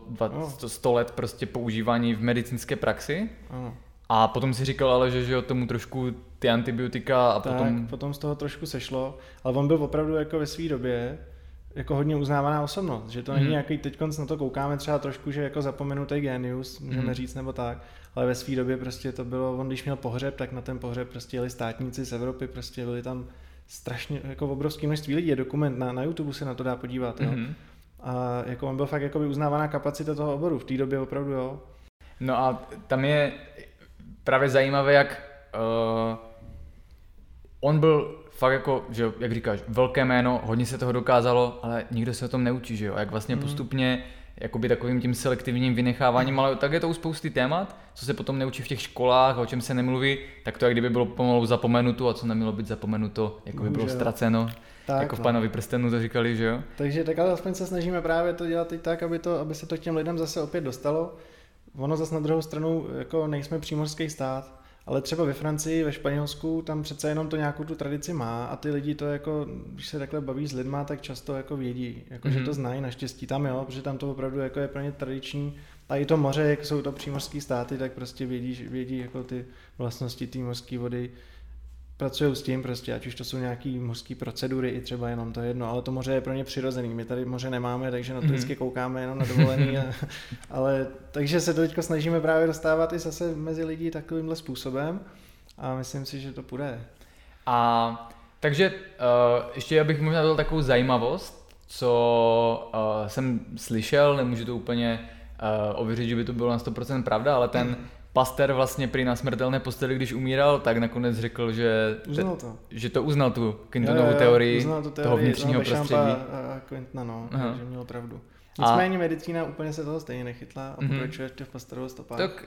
100 let prostě používání v medicínské praxi. Ano. A potom si říkal ale, že jo, tomu trošku ty antibiotika a potom z toho trošku sešlo, ale on byl opravdu jako ve své době jako hodně uznávaná osobnost, že to není nějaký, teďkonc na to koukáme třeba trošku, že jako zapomenutý genius, můžeme říct nebo tak, ale ve své době prostě to bylo, on když měl pohřeb, tak na ten pohřeb prostě jeli státníci z Evropy, prostě byli tam strašně jako obrovské množství lidí, je dokument na YouTube se na to dá podívat, jo. A jako on byl fakt jako uznávaná kapacita toho oboru, v té době opravdu jo. No a tam je právě zajímavé, jak on byl fakt jako, že jak říkáš, velké jméno, hodně se toho dokázalo, ale nikdo se o tom neučí, že jo, a jak vlastně postupně jakoby takovým tím selektivním vynecháváním, ale tak je to u spousty témat, co se potom neučí v těch školách a o čem se nemluví, tak to jak kdyby bylo pomalu zapomenuto a co nemělo být zapomenuto, jako by bylo ztraceno. Tak, jako v Pánovi prstenu to říkali, že jo? Takže tak ale aspoň se snažíme právě to dělat teď tak, aby se to k těm lidem zase opět dostalo. Ono zase na druhou stranu jako nejsme přímořský stát, ale třeba ve Francii, ve Španělsku, tam přece jenom to nějakou tu tradici má a ty lidi to jako, když se takhle baví s lidma, tak často jako vědí, jako že to znají naštěstí tam jo, protože tam to opravdu jako je pro ně tradiční. A i to moře, jak jsou to přímořský státy, tak prostě vědí jako ty vlastnosti té mořské vody. Pracují s tím prostě, ať už to jsou nějaký mořské procedury i třeba jenom, to je jedno, ale to moře je pro ně přirozený. My tady moře nemáme, takže na to vždycky koukáme jenom na dovolený. Ale takže se to teďko snažíme právě dostávat i zase mezi lidi takovýmhle způsobem a myslím si, že to půjde. A takže ještě abych možná dal takovou zajímavost, co jsem slyšel, nemůžu to úplně ověřit, že by to bylo na 100% pravda, ale ten Pasteur vlastně prý na smrtelné posteli, když umíral, tak nakonec řekl, že to uznal tu Quintonovu teorii toho vnitřního prostředí. A Quintona, no, takže měl pravdu. Nicméně medicína úplně se toho stejně nechytla a pokračuje ještě v Pasteurově stopách. Tak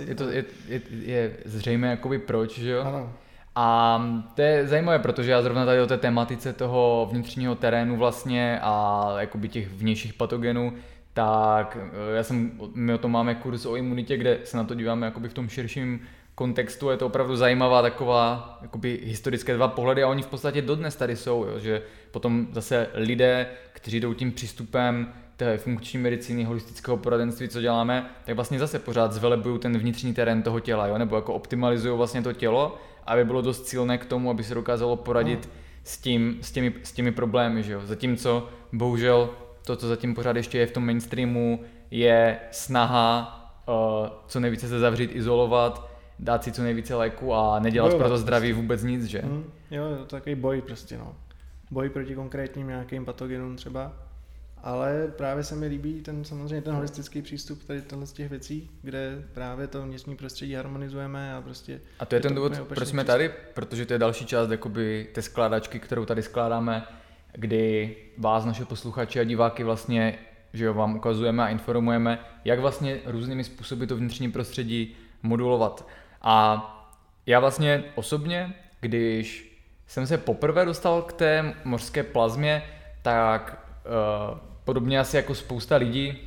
je zřejmé jakoby proč, že jo? Ano. A to je zajímavé, protože já zrovna tady o té tematice toho vnitřního terénu vlastně a jakoby těch vnějších patogenů, tak my o tom máme kurz o imunitě, kde se na to díváme jakoby v tom širším kontextu, je to opravdu zajímavá taková jakoby historické dva pohledy a oni v podstatě dodnes tady jsou, jo, že potom zase lidé, kteří jdou tím přístupem té funkční medicíny, holistického poradenství, co děláme, tak vlastně zase pořád zvelebují ten vnitřní terén toho těla, jo, nebo jako optimalizují vlastně to tělo, aby bylo dost silné k tomu, aby se dokázalo poradit s těmi problémy, že jo. Zatímco bohužel to, co zatím pořád ještě je v tom mainstreamu, je snaha co nejvíce se zavřít, izolovat, dát si co nejvíce léku a nedělat pro to zdraví vůbec nic, že? Jo, je to takový boj prostě, no. Boj proti konkrétním nějakým patogenům třeba. Ale právě se mi líbí samozřejmě ten holistický přístup tady z těch věcí, kde právě to vnitřní prostředí harmonizujeme a prostě... A to je ten důvod, proč jsme tady, protože to je další část jakoby té skládačky, kterou tady skládáme, kdy vás, naše posluchači a diváky vlastně, že jo, vám ukazujeme a informujeme, jak vlastně různými způsoby to vnitřní prostředí modulovat. A já vlastně osobně, když jsem se poprvé dostal k té mořské plazmě, tak podobně asi jako spousta lidí,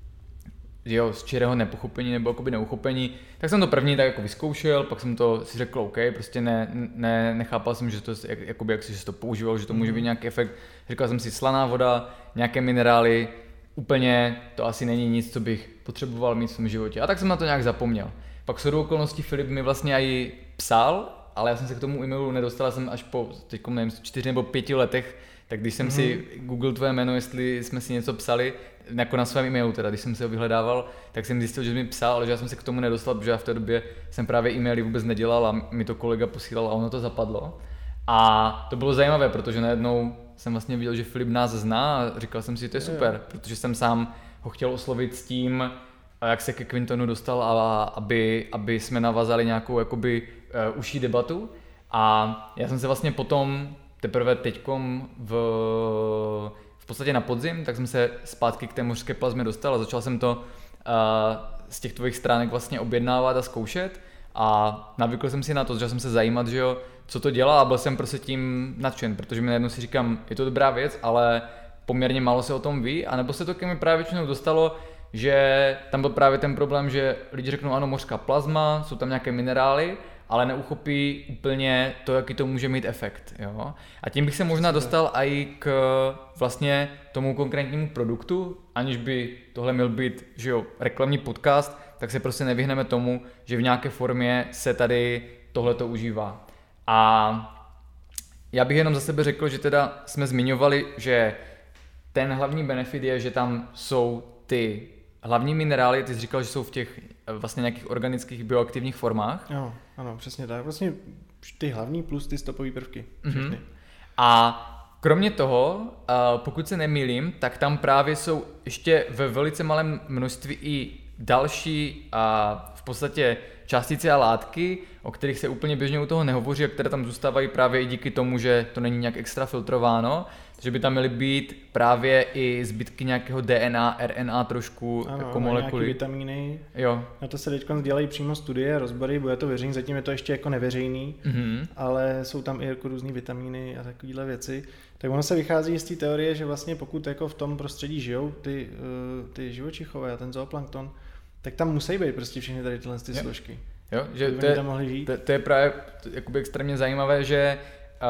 jo, z čirého nepochopení nebo jakoby neuchopení, tak jsem to první tak jako vyzkoušel, pak jsem to si řekl OK, prostě nechápal jsem, že to jakoby, jak se to používalo, že to může být nějaký efekt. Říkal jsem si slaná voda, nějaké minerály, úplně to asi není nic, co bych potřeboval mít v svém životě. A tak jsem na to nějak zapomněl. Pak shodou okolností Filip mi vlastně i psal, ale já jsem se k tomu e-mailu nedostal, jsem až po teď, nevím, 4 nebo 5 letech, tak když jsem si googlil tvoje jméno, jestli jsme si něco psali, jako na svém e-mailu teda, když jsem se ho vyhledával, tak jsem zjistil, že mi psal, ale že já jsem se k tomu nedostal, protože já v té době jsem právě e-maily vůbec nedělal a mi to kolega posílal a ono to zapadlo. A to bylo zajímavé, protože najednou jsem vlastně viděl, že Filip nás zná a říkal jsem si, to je super, protože jsem sám ho chtěl oslovit s tím, jak se ke Quintonu dostal a aby jsme navazali nějakou jakoby užší debatu. A já jsem se vlastně potom teprve teďkom v podstatě na podzim, tak jsem se zpátky k té mořské plazmě dostal a začal jsem to z těch tvojich stránek vlastně objednávat a zkoušet a navykl jsem si na to, začal jsem se zajímat, že jo, co to dělá a byl jsem prostě tím nadšen, protože mi najednou si říkám, je to dobrá věc, ale poměrně málo se o tom ví, anebo se to ke mně právě většinou dostalo, že tam byl právě ten problém, že lidi řeknou ano, mořská plazma, jsou tam nějaké minerály, ale neuchopí úplně to, jaký to může mít efekt. Jo? A tím bych se možná dostal i k vlastně tomu konkrétnímu produktu, aniž by tohle měl být, že jo, reklamní podcast, tak se prostě nevyhneme tomu, že v nějaké formě se tady tohleto užívá. A já bych jenom za sebe řekl, že teda jsme zmiňovali, že ten hlavní benefit je, že tam jsou ty hlavní minerály, ty jsi říkal, že jsou v těch vlastně nějakých organických bioaktivních formách. Jo, ano, přesně tak. Vlastně ty hlavní plus ty stopové prvky. Mm-hmm. A Kromě toho, pokud se nemýlím, tak tam právě jsou ještě ve velice malém množství i další v podstatě částice a látky, o kterých se úplně běžně u toho nehovoří a které tam zůstávají právě i díky tomu, že to není nějak extra filtrováno, že by tam měly být právě i zbytky nějakého DNA, RNA trošku, ano, jako molekuly. Nějaký vitamíny. Jo. Na to se teď dělají přímo studie, rozbory, bude to veřejný, zatím je to ještě jako neveřejný, ale jsou tam i jako různý vitamíny a takovéhle věci. Tak ono se vychází z té teorie, že vlastně pokud jako v tom prostředí žijou ty živočichové a ten zooplankton, tak tam musí být prostě všechny tady tyhle složky. Jo, že to je právě jakoby extrémně zajímavé, že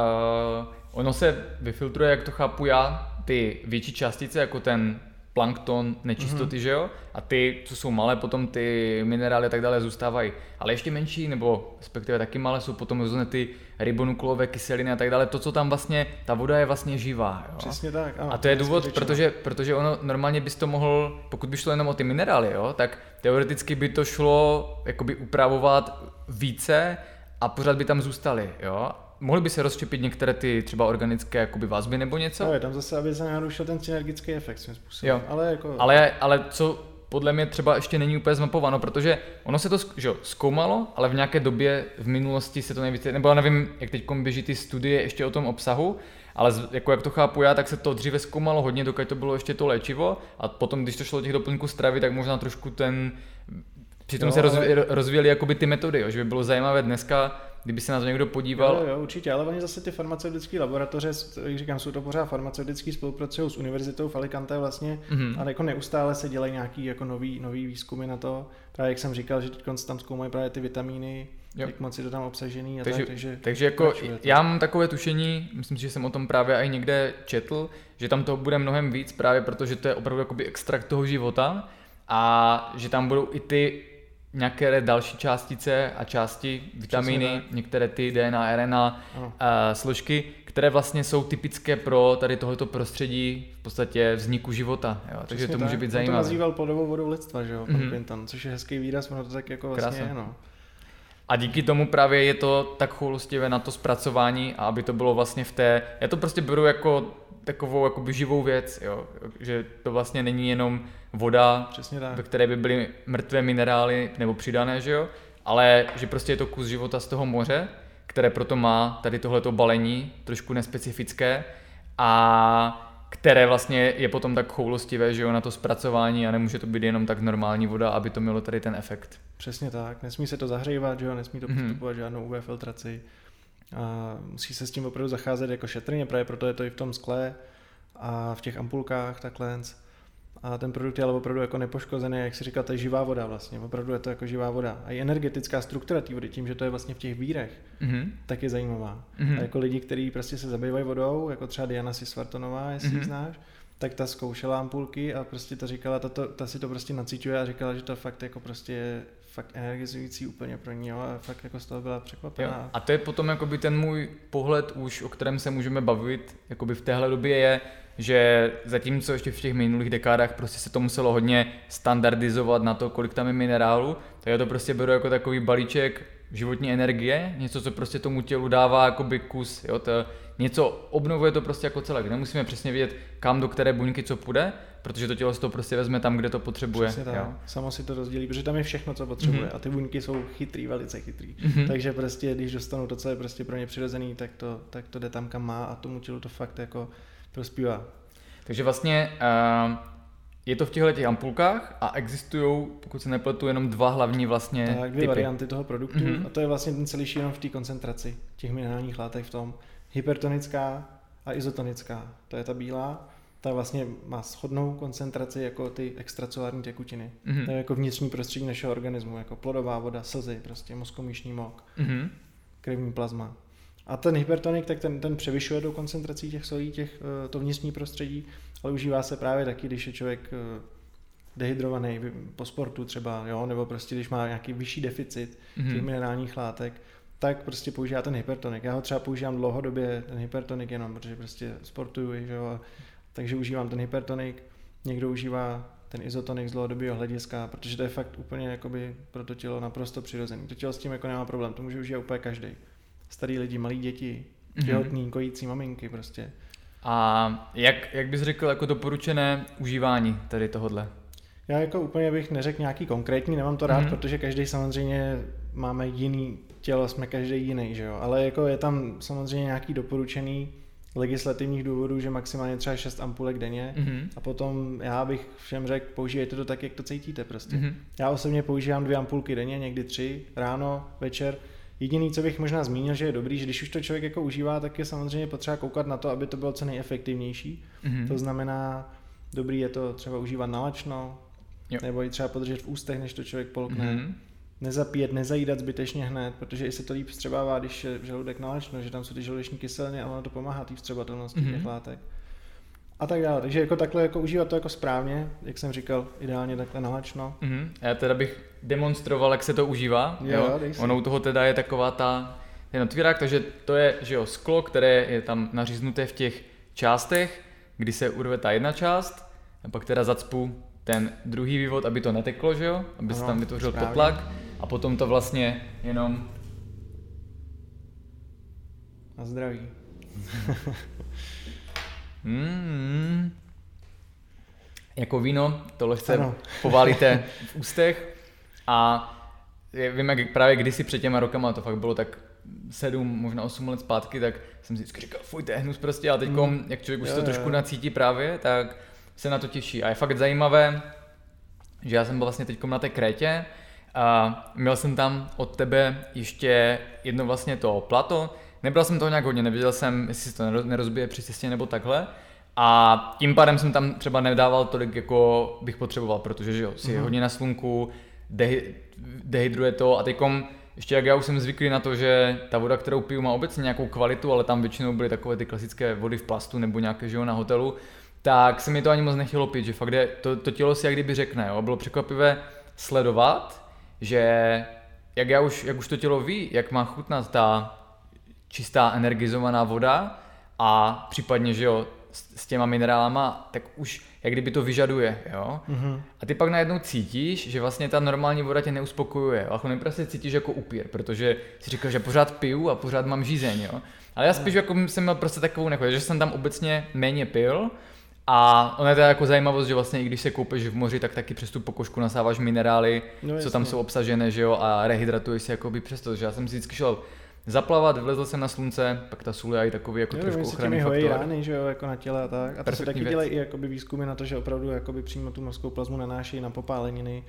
ono se vyfiltruje, jak to chápu já, ty větší částice, jako ten plankton, nečistoty, že jo? A ty, co jsou malé, potom ty minerály a tak dále zůstávají. Ale ještě menší, nebo respektive taky malé, jsou potom různé ty ribonukleové kyseliny a tak dále. To, co tam vlastně, ta voda je vlastně živá. Jo? Přesně tak. Ano, a to je důvod, protože ono normálně bys to mohl, pokud by šlo jenom o ty minerály, jo? Tak teoreticky by to šlo jakoby upravovat více a pořád by tam zůstaly, jo? Mohly by se rozštěpit některé ty třeba organické jakoby vazby nebo něco? No je tam zase, aby se narušil ten synergický efekt svým způsobem. Jo. Ale co podle mě třeba ještě není úplně zmapováno, protože ono se to zkoumalo, ale v nějaké době v minulosti se to nejvíce, nebo já nevím, jak teď běží ty studie ještě o tom obsahu, ale jako jak to chápu já, tak se to dříve zkoumalo hodně, dokud to bylo ještě to léčivo a potom, když to šlo do těch doplňků stravy, tak možná trošku přitom se rozvíjely jakoby ty metody, jo, že by bylo zajímavé dneska, kdyby se na to někdo podíval. Jo, určitě, ale oni zase ty farmaceutické laboratoře, jak říkám, jsou to pořád farmaceutický, spolupracují s univerzitou v Alicante vlastně a jako neustále se dělají nějaký jako nový výzkumy na to. Právě jak jsem říkal, že teď tam zkoumají právě ty vitamíny, jak moc je to tam obsažený a takže jako já mám takové tušení, myslím si, že jsem o tom právě i někde četl, že tam toho bude mnohem víc právě protože to je opravdu jakoby extrakt toho života a že tam budou i ty nějaké další částice a části, vitamíny, některé ty DNA, RNA složky, které vlastně jsou typické pro tady tohoto prostředí v podstatě vzniku života. Jo. Takže to může být zajímavé. On to nazýval plodovou vodou lidstva, že jo, pan Quinton, což je hezký výraz, ono to tak jako vlastně je, no. A díky tomu právě je to tak choulostivé na to zpracování a aby to bylo vlastně já to prostě beru jako takovou jakoby živou věc, jo, že to vlastně není jenom voda, ve které by byly mrtvé minerály nebo přidané, že jo, ale že prostě je to kus života z toho moře, které proto má tady tohleto balení, trošku nespecifické a které vlastně je potom tak choulostivé, že jo, na to zpracování a nemůže to být jenom tak normální voda, aby to mělo tady ten efekt. Přesně tak, nesmí se to zahřívat, že jo, nesmí to postupovat žádnou UV filtraci a musí se s tím opravdu zacházet jako šetrně, právě proto je to i v tom skle a v těch ampulkách takhle. A ten produkt je ale opravdu jako nepoškozený, jak si říkal, to je živá voda vlastně, opravdu je to jako živá voda. A i energetická struktura té vody, tím, že to je vlastně v těch vírech, tak je zajímavá. A jako lidi, kteří prostě se zabývají vodou, jako třeba Diana Sisvartonová, jestli ji znáš, tak ta zkoušela ampulky a prostě ta říkala, ta si to prostě nacíťuje a říkala, že to fakt jako prostě je fakt energizující úplně pro ní, jo, a fakt jako z toho byla překvapená. Jo. A to je potom jakoby ten můj pohled už, o kterém se můžeme bavit, jakoby v téhle době je, že zatímco ještě v těch minulých dekádách prostě se to muselo hodně standardizovat na to, kolik tam je minerálu, tak já to prostě beru jako takový balíček životní energie, něco, co prostě tomu tělu dává jakoby kus, jo, něco obnovuje to prostě jako celek. Nemusíme přesně vědět, kam do které buňky co půjde, protože to tělo si to prostě vezme tam, kde to potřebuje. Přesně tak. Jo. Samo si to rozdělí, protože tam je všechno, co potřebuje a ty buňky jsou chytrý, velice chytrý. Takže prostě, když dostanou to, co je prostě pro ně přirozený, tak to jde tam, kam má a tomu tělu to fakt jako prospívá. Takže vlastně je to v těchto ampulkách a existují, pokud se nepletu, jenom dva hlavní vlastně tak, dvě varianty toho produktu a to je vlastně ten celý jenom v té koncentraci těch minerálních látek v tom. Hypertonická a izotonická, to je ta bílá, ta vlastně má shodnou koncentraci jako ty extracelulární tekutiny. To je jako vnitřní prostředí našeho organismu, jako plodová voda, slzy, prostě mozkomyšní mok, krevní plazma. A ten hypertonik, tak ten převyšuje tou koncentrací těch solí, to vnitřní prostředí, ale užívá se právě taky, když je člověk dehydrovaný po sportu třeba, jo, nebo prostě když má nějaký vyšší deficit těch minerálních látek, tak prostě používá ten hypertonik. Já ho třeba používám dlouhodobě, ten hypertonik jenom, protože prostě sportuju, že jo, takže užívám ten hypertonik, někdo užívá ten izotonik z dlouhodobého hlediska, protože to je fakt úplně jakoby pro to tělo naprosto přirozený. To tělo s tím jako nemá problém, to může užívat úplně každý. Starý lidi, malí děti, těhotný, kojící maminky prostě. A jak bys řekl jako doporučené užívání tady tohodle? Já jako úplně bych neřekl nějaký konkrétní, nemám to rád, protože každý samozřejmě máme jiný tělo, jsme každý jiný, že jo, ale jako je tam samozřejmě nějaký doporučený legislativních důvodů, že maximálně třeba 6 ampulek denně a potom já bych všem řekl, používejte to tak, jak to cítíte prostě. Já osobně používám 2 ampulky denně, někdy 3, ráno, večer. Jediný, co bych možná zmínil, že je dobrý, že když už to člověk jako užívá, tak je samozřejmě potřeba koukat na to, aby to bylo co nejefektivnější. To znamená, dobrý je to třeba užívat nalačno, nebo i třeba podržet v ústech, než to člověk polkne. Nezapíjet, nezajídat zbytečně hned, protože i se to líp vstřebává, když je žaludek nalačno, že tam jsou ty žaludeční kyseliny a ono to pomáhá té vstřebatelnosti těch látek. A tak dále. Takže jako takhle jako užívat to jako správně, jak jsem říkal, ideálně takhle nalačno. Já teda bych demonstroval, jak se to užívá. Jo? Ono u toho teda je taková ten otvírák, takže to je, že jo, sklo, které je tam naříznuté v těch částech, kdy se urve ta jedna část, a pak teda zacpu ten druhý vývod, aby to neteklo, že jo, aby se tam vytvořil potlak a potom to vlastně jenom... Na zdraví. Jako víno, tohle se poválíte v ústech a vím, jak právě kdysi před těma rokama, to fakt bylo tak 7, možná 8 let zpátky, tak jsem si vždycky říkal, fuj, to je hnus prostě, a teďkom, jak člověk už to trošku nacítí právě, tak se na to těší. A je fakt zajímavé, že já jsem byl vlastně teďkom na té Krétě a měl jsem tam od tebe ještě jedno vlastně to plato. Nebral jsem toho nějak hodně, nevěděl jsem, jestli se to nerozbije při cestě nebo takhle. A tím pádem jsem tam třeba nedával tolik, jako bych potřeboval, protože že jo, si je hodně na slunku, dehydruje to a teďkom ještě jak já už jsem zvyklý na to, že ta voda, kterou piju, má obecně nějakou kvalitu, ale tam většinou byly takové ty klasické vody v plastu nebo nějaké, že jo, na hotelu, tak se mi to ani moc nechtělo pít, že fakt to tělo si jak kdyby řekne, jo. Bylo překvapivé sledovat, že jak už to tělo ví, jak má chutnat ta čistá energizovaná voda a případně, že jo, s těma minerálama, tak už jak kdyby to vyžaduje, jo. A ty pak najednou cítíš, že vlastně ta normální voda tě neuspokojuje, jo? A prostě cítíš jako upír, protože si říkal, že pořád piju a pořád mám žízeň, jo. Ale já spíš jako jsem měl prostě takovou nechuť, že jsem tam obecně méně pil. A ono je to jako zajímavost, že vlastně i když se koupeš v moři, tak taky přes tu pokožku nasáváš minerály, co tam jsou obsažené, že jo, a rehydratuješ se jakoby přesto, že já jsem si vždycky šel zaplavat, vlezl jsem na slunce, pak ta sůl je i takový jako trošku ochranný faktor. Rány, že jo, jako na těle a tak. A to se taky dělají i jakoby výzkumy na to, že opravdu jakoby přímo tu mořskou plazmu nanášejí na popáleniny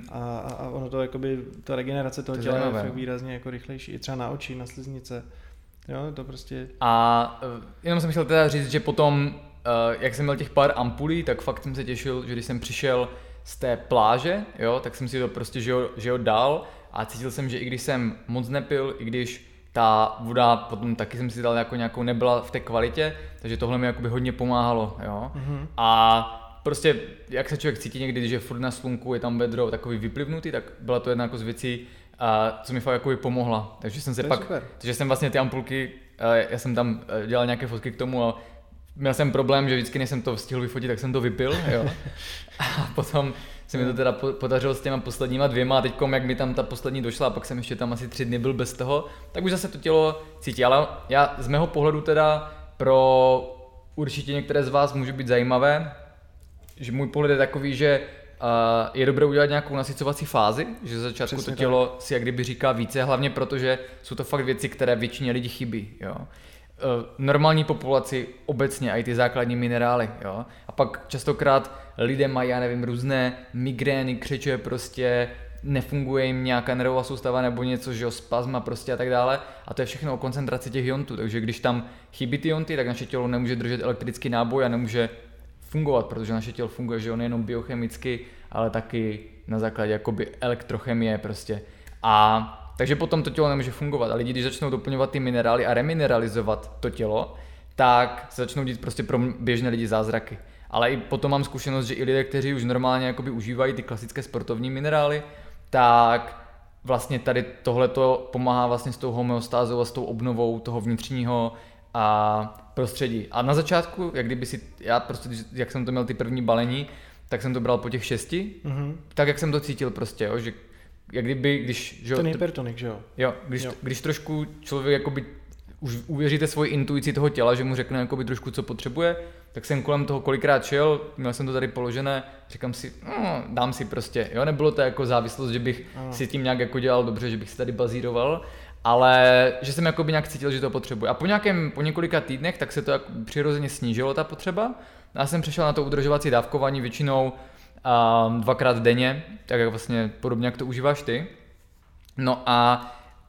a ono to jakoby, ta regenerace toho těla je fakt výrazně jako rychlejší, i třeba na oči, na sliznice. Jo, to prostě... A jenom jsem chtěl teda říct, že potom jak jsem měl těch pár ampulí, tak fakt jsem se těšil, že když jsem přišel z té pláže, jo, tak jsem si to prostě, že jo, dal a cítil jsem, že i když jsem moc nepil, i když ta voda potom taky jsem si dal jako nějakou nebyla v té kvalitě, takže tohle mi jakoby hodně pomáhalo, jo. A prostě jak se člověk cítí někdy, když je furt na slunku, je tam vedro takový vyplivnutý, tak byla to jedna jako z věcí, co mi fakt jakoby pomohla. Takže jsem se takže jsem vlastně ty ampulky, já jsem tam dělal nějaké fotky k tomu a měl jsem problém, že vždycky, než jsem to stihl vyfotit, tak jsem to vypil, jo. A potom se mi to teda podařilo s těma posledníma 2 a teďkom, jak mi tam ta poslední došla a pak jsem ještě tam asi 3 dny byl bez toho, tak už zase to tělo cítí. Ale já z mého pohledu teda pro určitě některé z vás může být zajímavé, že můj pohled je takový, že je dobré udělat nějakou nasycovací fázi, že za začátku to tělo si jak kdyby říká více, hlavně protože jsou to fakt věci, které většině lidí chybí, jo. Normální populaci obecně a i ty základní minerály, jo. A pak častokrát lidé mají, já nevím, různé migrény, křeče prostě, nefunguje jim nějaká nervová soustava nebo něco, že jo, spazma prostě a tak dále. A to je všechno o koncentraci těch iontů, takže když tam chybí ty ionty, tak naše tělo nemůže držet elektrický náboj a nemůže fungovat, protože naše tělo funguje, že jo, nejenom biochemicky, ale taky na základě jakoby elektrochemie prostě. A takže potom to tělo nemůže fungovat a lidi, když začnou doplňovat ty minerály a remineralizovat to tělo, tak se začnou dít prostě pro běžné lidi zázraky. Ale i potom mám zkušenost, že i lidé, kteří už normálně jakoby užívají ty klasické sportovní minerály, tak vlastně tady tohleto pomáhá vlastně s tou homeostázou a s tou obnovou toho vnitřního prostředí. A na začátku, jak kdyby já prostě, jak jsem to měl ty první balení, tak jsem to bral po těch 6, tak jak jsem to cítil prostě, jo, že jak kdyby, když... Ten hypertonik, že jo? Jo, když trošku člověk jakoby už uvěříte svoji intuici toho těla, že mu řekne jakoby trošku, co potřebuje, tak jsem kolem toho kolikrát šel, měl jsem to tady položené, říkám si, dám si prostě, jo, nebylo to jako závislost, že bych si tím nějak jako dělal dobře, že bych si tady bazíroval, ale že jsem jakoby nějak cítil, že to potřebuje. A po několika týdnech tak se to jako přirozeně snížilo ta potřeba. A já jsem přešel na to udržovací dávkování většinou 2krát denně, tak jak vlastně podobně, jak to užíváš ty. No a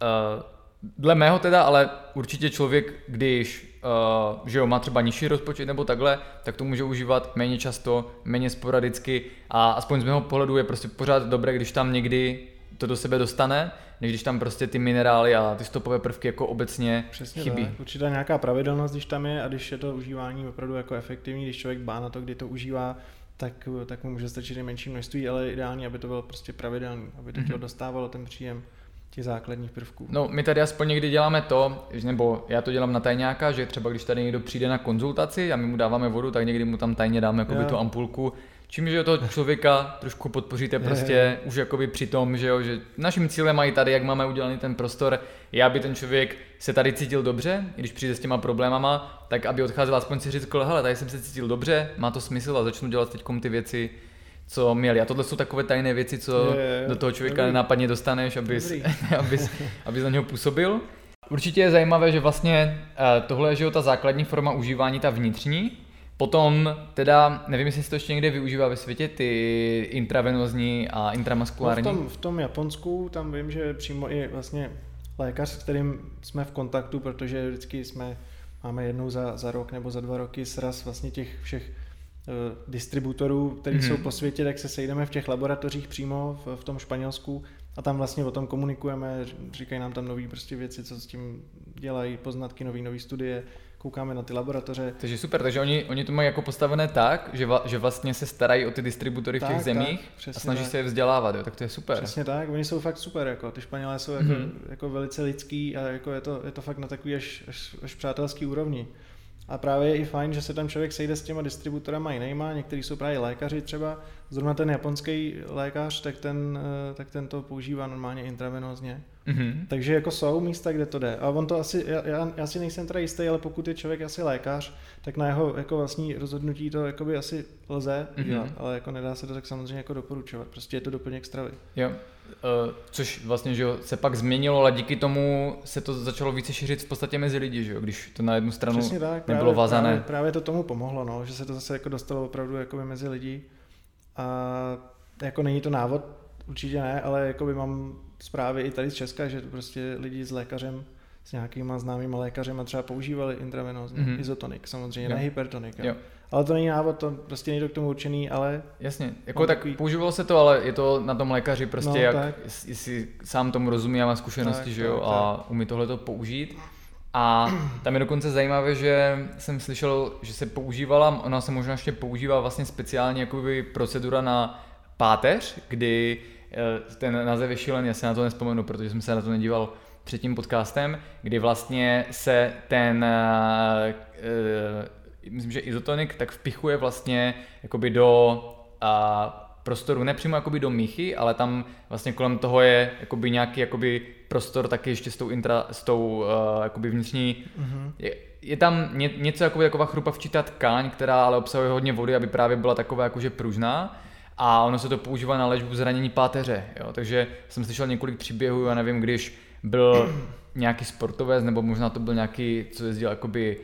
dle mého teda, ale určitě člověk, když že jo, má třeba nižší rozpočet nebo takhle, tak to může užívat méně často, méně sporadicky a aspoň z mého pohledu je prostě pořád dobré, když tam někdy to do sebe dostane, než když tam prostě ty minerály a ty stopové prvky jako obecně přesně chybí. Tak. Určitá nějaká pravidelnost, když tam je a když je to užívání opravdu jako efektivní, když člověk dbá na to, kdy to užívá, tak mu může stačit i menší množství, ale ideální, aby to bylo prostě pravidelný, aby to tělo dostávalo ten příjem těch základních prvků. No, my tady aspoň někdy děláme to, nebo já to dělám na tajňáka, že třeba když tady někdo přijde na konzultaci a my mu dáváme vodu, tak někdy mu tam tajně dáme jakoby tu ampulku, čím že toho člověka trošku podpoříte prostě už jakoby při tom, že jo, že naším cílem mají tady, jak máme udělaný ten prostor, je, aby ten člověk se tady cítil dobře, když přijde s těma problémama, tak aby odcházel aspoň si řekl, hele, tady jsem se cítil dobře, má to smysl a začnu dělat teďkom ty věci, co měli. A tohle jsou takové tajné věci, co do toho člověka nenápadně dostaneš, abys na něho působil. Určitě je zajímavé, že vlastně tohle je, že ta základní forma užívání, ta vnitřní. Potom teda, nevím, jestli se to ještě někde využívá ve světě, ty intravenózní a intramuskulární. No v tom Japonsku, tam vím, že přímo i vlastně lékař, s kterým jsme v kontaktu, protože vždycky máme jednou za rok nebo za 2 roky sraz vlastně těch všech distributorů, kteří jsou po světě, tak se sejdeme v těch laboratořích přímo v tom Španělsku a tam vlastně o tom komunikujeme, říkají nám tam nový prostě věci, co s tím dělají, poznatky, nový studie, koukáme na ty laboratoře. Takže super, takže oni to mají jako postavené tak, že vlastně se starají o ty distributory v těch zemích a snaží se je vzdělávat, jo, tak to je super. Přesně tak, oni jsou fakt super, jako ty Španělé jsou jako velice lidský a jako je to fakt na takový až přátelský úrovni. A právě je i fajn, že se tam člověk sejde s těma distributorama jinýma, někteří jsou právě lékaři třeba, zrovna ten japonský lékař, tak ten to používá normálně intravenózně. Takže jako jsou místa, kde to jde. A on to asi, já si nejsem teda jistý, ale pokud je člověk asi lékař, tak na jeho jako vlastní rozhodnutí to jakoby asi lze dělat, ale jako nedá se to tak samozřejmě jako doporučovat. Prostě je to doplněk stravy. Jo. Což vlastně, že se pak změnilo, ale díky tomu se to začalo více šířit v podstatě mezi lidi, že jo, když to na jednu stranu tak, nebylo vázané. Právě to tomu pomohlo, no, že se to zase jako dostalo opravdu jakoby mezi lidi a jako není to návod, určitě ne, ale jakoby mám zprávy i tady z Česka, že prostě lidi s lékařem, s nějakýma známýma lékařema třeba používali intravenózně, izotonik, samozřejmě, ne hypertonik. Jo. Ale to není návod, to prostě není to k tomu určený, ale... Jasně, jako tak používalo se to, ale je to na tom lékaři prostě, jak jestli sám tomu rozumí a má zkušenosti, že jo, a umí tohleto použít. A tam je dokonce zajímavé, že jsem slyšel, že se používala, ona se možná ještě používá vlastně speciálně jakoby procedura na páteř, kdy ten název je šílený, já se na to nespomenu, protože jsem se na to nedíval před tím podcastem, kdy vlastně se ten myslím, že izotonik tak vpichuje vlastně jakoby do prostoru, ne přímo jakoby do míchy, ale tam vlastně kolem toho je jakoby nějaký jakoby prostor taky ještě s tou jakoby vnitřní. Je tam něco jakoby taková chrupavčitá tkáň, která ale obsahuje hodně vody, aby právě byla taková jakože pružná. A ono se to používá na léčbu zranění páteře, jo? Takže jsem slyšel několik příběhů, já nevím, když byl nějaký sportovec, nebo možná to byl nějaký, co jezdil jakoby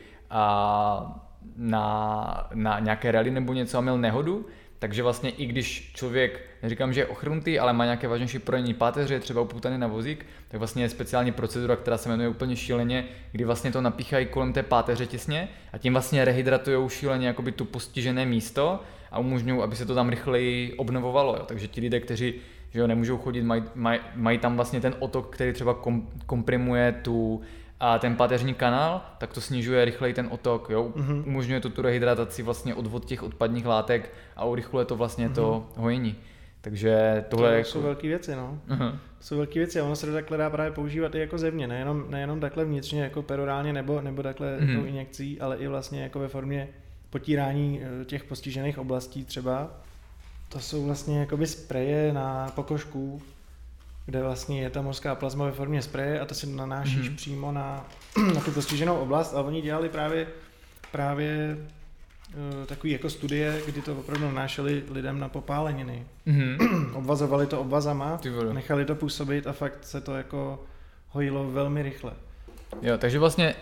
na nějaké rally nebo něco a měl nehodu, takže vlastně i když člověk, neříkám, že je ochrnutý, ale má nějaké vážnější poranění páteře, třeba upoutaný na vozík, tak vlastně je speciální procedura, která se jmenuje úplně šíleně, kdy vlastně to napíchají kolem té páteře těsně a tím vlastně rehydratujou šíleně jakoby tu postižené místo a umožňují, aby se to tam rychleji obnovovalo. Jo. Takže ti lidé, kteří že jo, nemůžou chodit, mají tam vlastně ten otok, který třeba komprimuje ten páteřní kanál, tak to snižuje rychleji ten otok, jo? Umožňuje to tu rehydrataci, vlastně odvod těch odpadních látek a urychluje to vlastně to hojení. Takže tohle jsou velké věci, no. Jsou velké věci a ono se to takhle dá právě používat i jako zevně, nejenom takhle vnitřně jako perorálně nebo takhle tou injekcí, ale i vlastně jako ve formě potírání těch postižených oblastí třeba. To jsou vlastně jakoby spreje na pokožku, kde vlastně je ta mořská plazma ve formě spreje a to si nanášíš přímo na tu postiženou oblast, a oni dělali právě takový jako studie, kdy to opravdu nanášeli lidem na popáleniny. Obvazovali to obvazama, nechali to působit a fakt se to jako hojilo velmi rychle. Jo, takže vlastně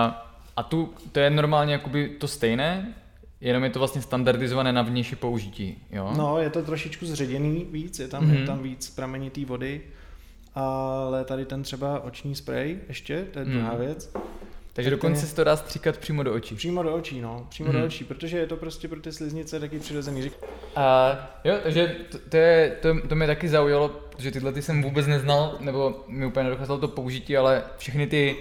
to je normálně jakoby to stejné, jenom je to vlastně standardizované na vnější použití, jo? No, je to trošičku zředěný víc, je tam víc pramenitý vody, ale tady ten třeba oční sprej ještě, to je druhá věc. Takže dokonce se to dá stříkat přímo do očí. Přímo do očí, no. Přímo do očí, protože je to prostě pro ty sliznice taky přirozený. Jo, takže to mě taky zaujalo, protože tyhle ty jsem vůbec neznal, nebo mi úplně nedocházelo to použití, ale všechny ty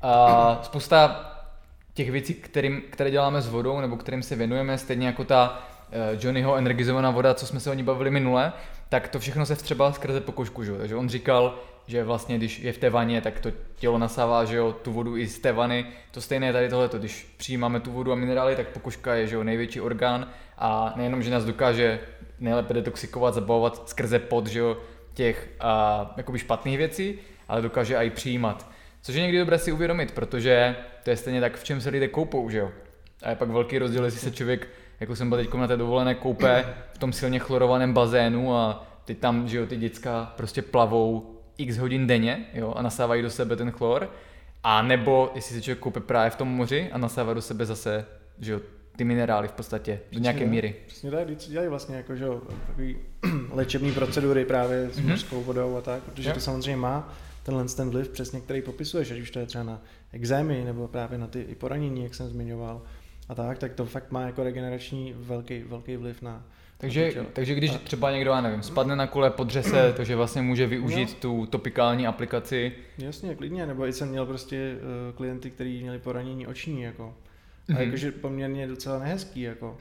spousta těch věcí, které děláme s vodou, nebo kterým se věnujeme, stejně jako ta Johnnyho energizovaná voda, co jsme se o ní bavili minule, tak to všechno se vstřebá skrze pokožku, že? Takže on říkal, že vlastně když je v té vaně, tak to tělo nasává, že jo, tu vodu i z té vany. To stejné je tady tohleto, když přijímáme tu vodu a minerály, tak pokožka je, že jo, největší orgán a nejenom, že nás dokáže nejlépe detoxikovat, zabavovat skrze pot, že jo, těch jakoby špatných věcí, ale dokáže i přijímat. Což je někdy dobré si uvědomit, protože to je stejně tak, v čem se lidé koupou, že jo. A je pak velký rozdíl, jestli se člověk, jako jsem byl teď na té dovolené, koupe v tom silně chlorovaném bazénu a teď tam, že jo, ty děcka prostě plavou x hodin denně, jo, a nasávají do sebe ten chlor, a nebo jestli se člověk koupe právě v tom moři a nasává do sebe zase, že jo, ty minerály v podstatě do nějaké míry. Přesně tak, když dělají vlastně jako, že jo, takový léčebný procedury právě s mořskou vodou a tak, protože to samozřejmě má ten vliv přesně, který popisuješ, ať už to je třeba na exémy nebo právě na ty i poranění, jak jsem zmiňoval a tak to fakt má jako regenerační velký vliv na. Takže když třeba někdo, já nevím, spadne na kole, podře se, takže vlastně může využít tu topikální aplikaci. Jasně, klidně, nebo i jsem měl prostě klienty, kteří měli poranění oční, jako. A jakože poměrně docela nehezký, jako.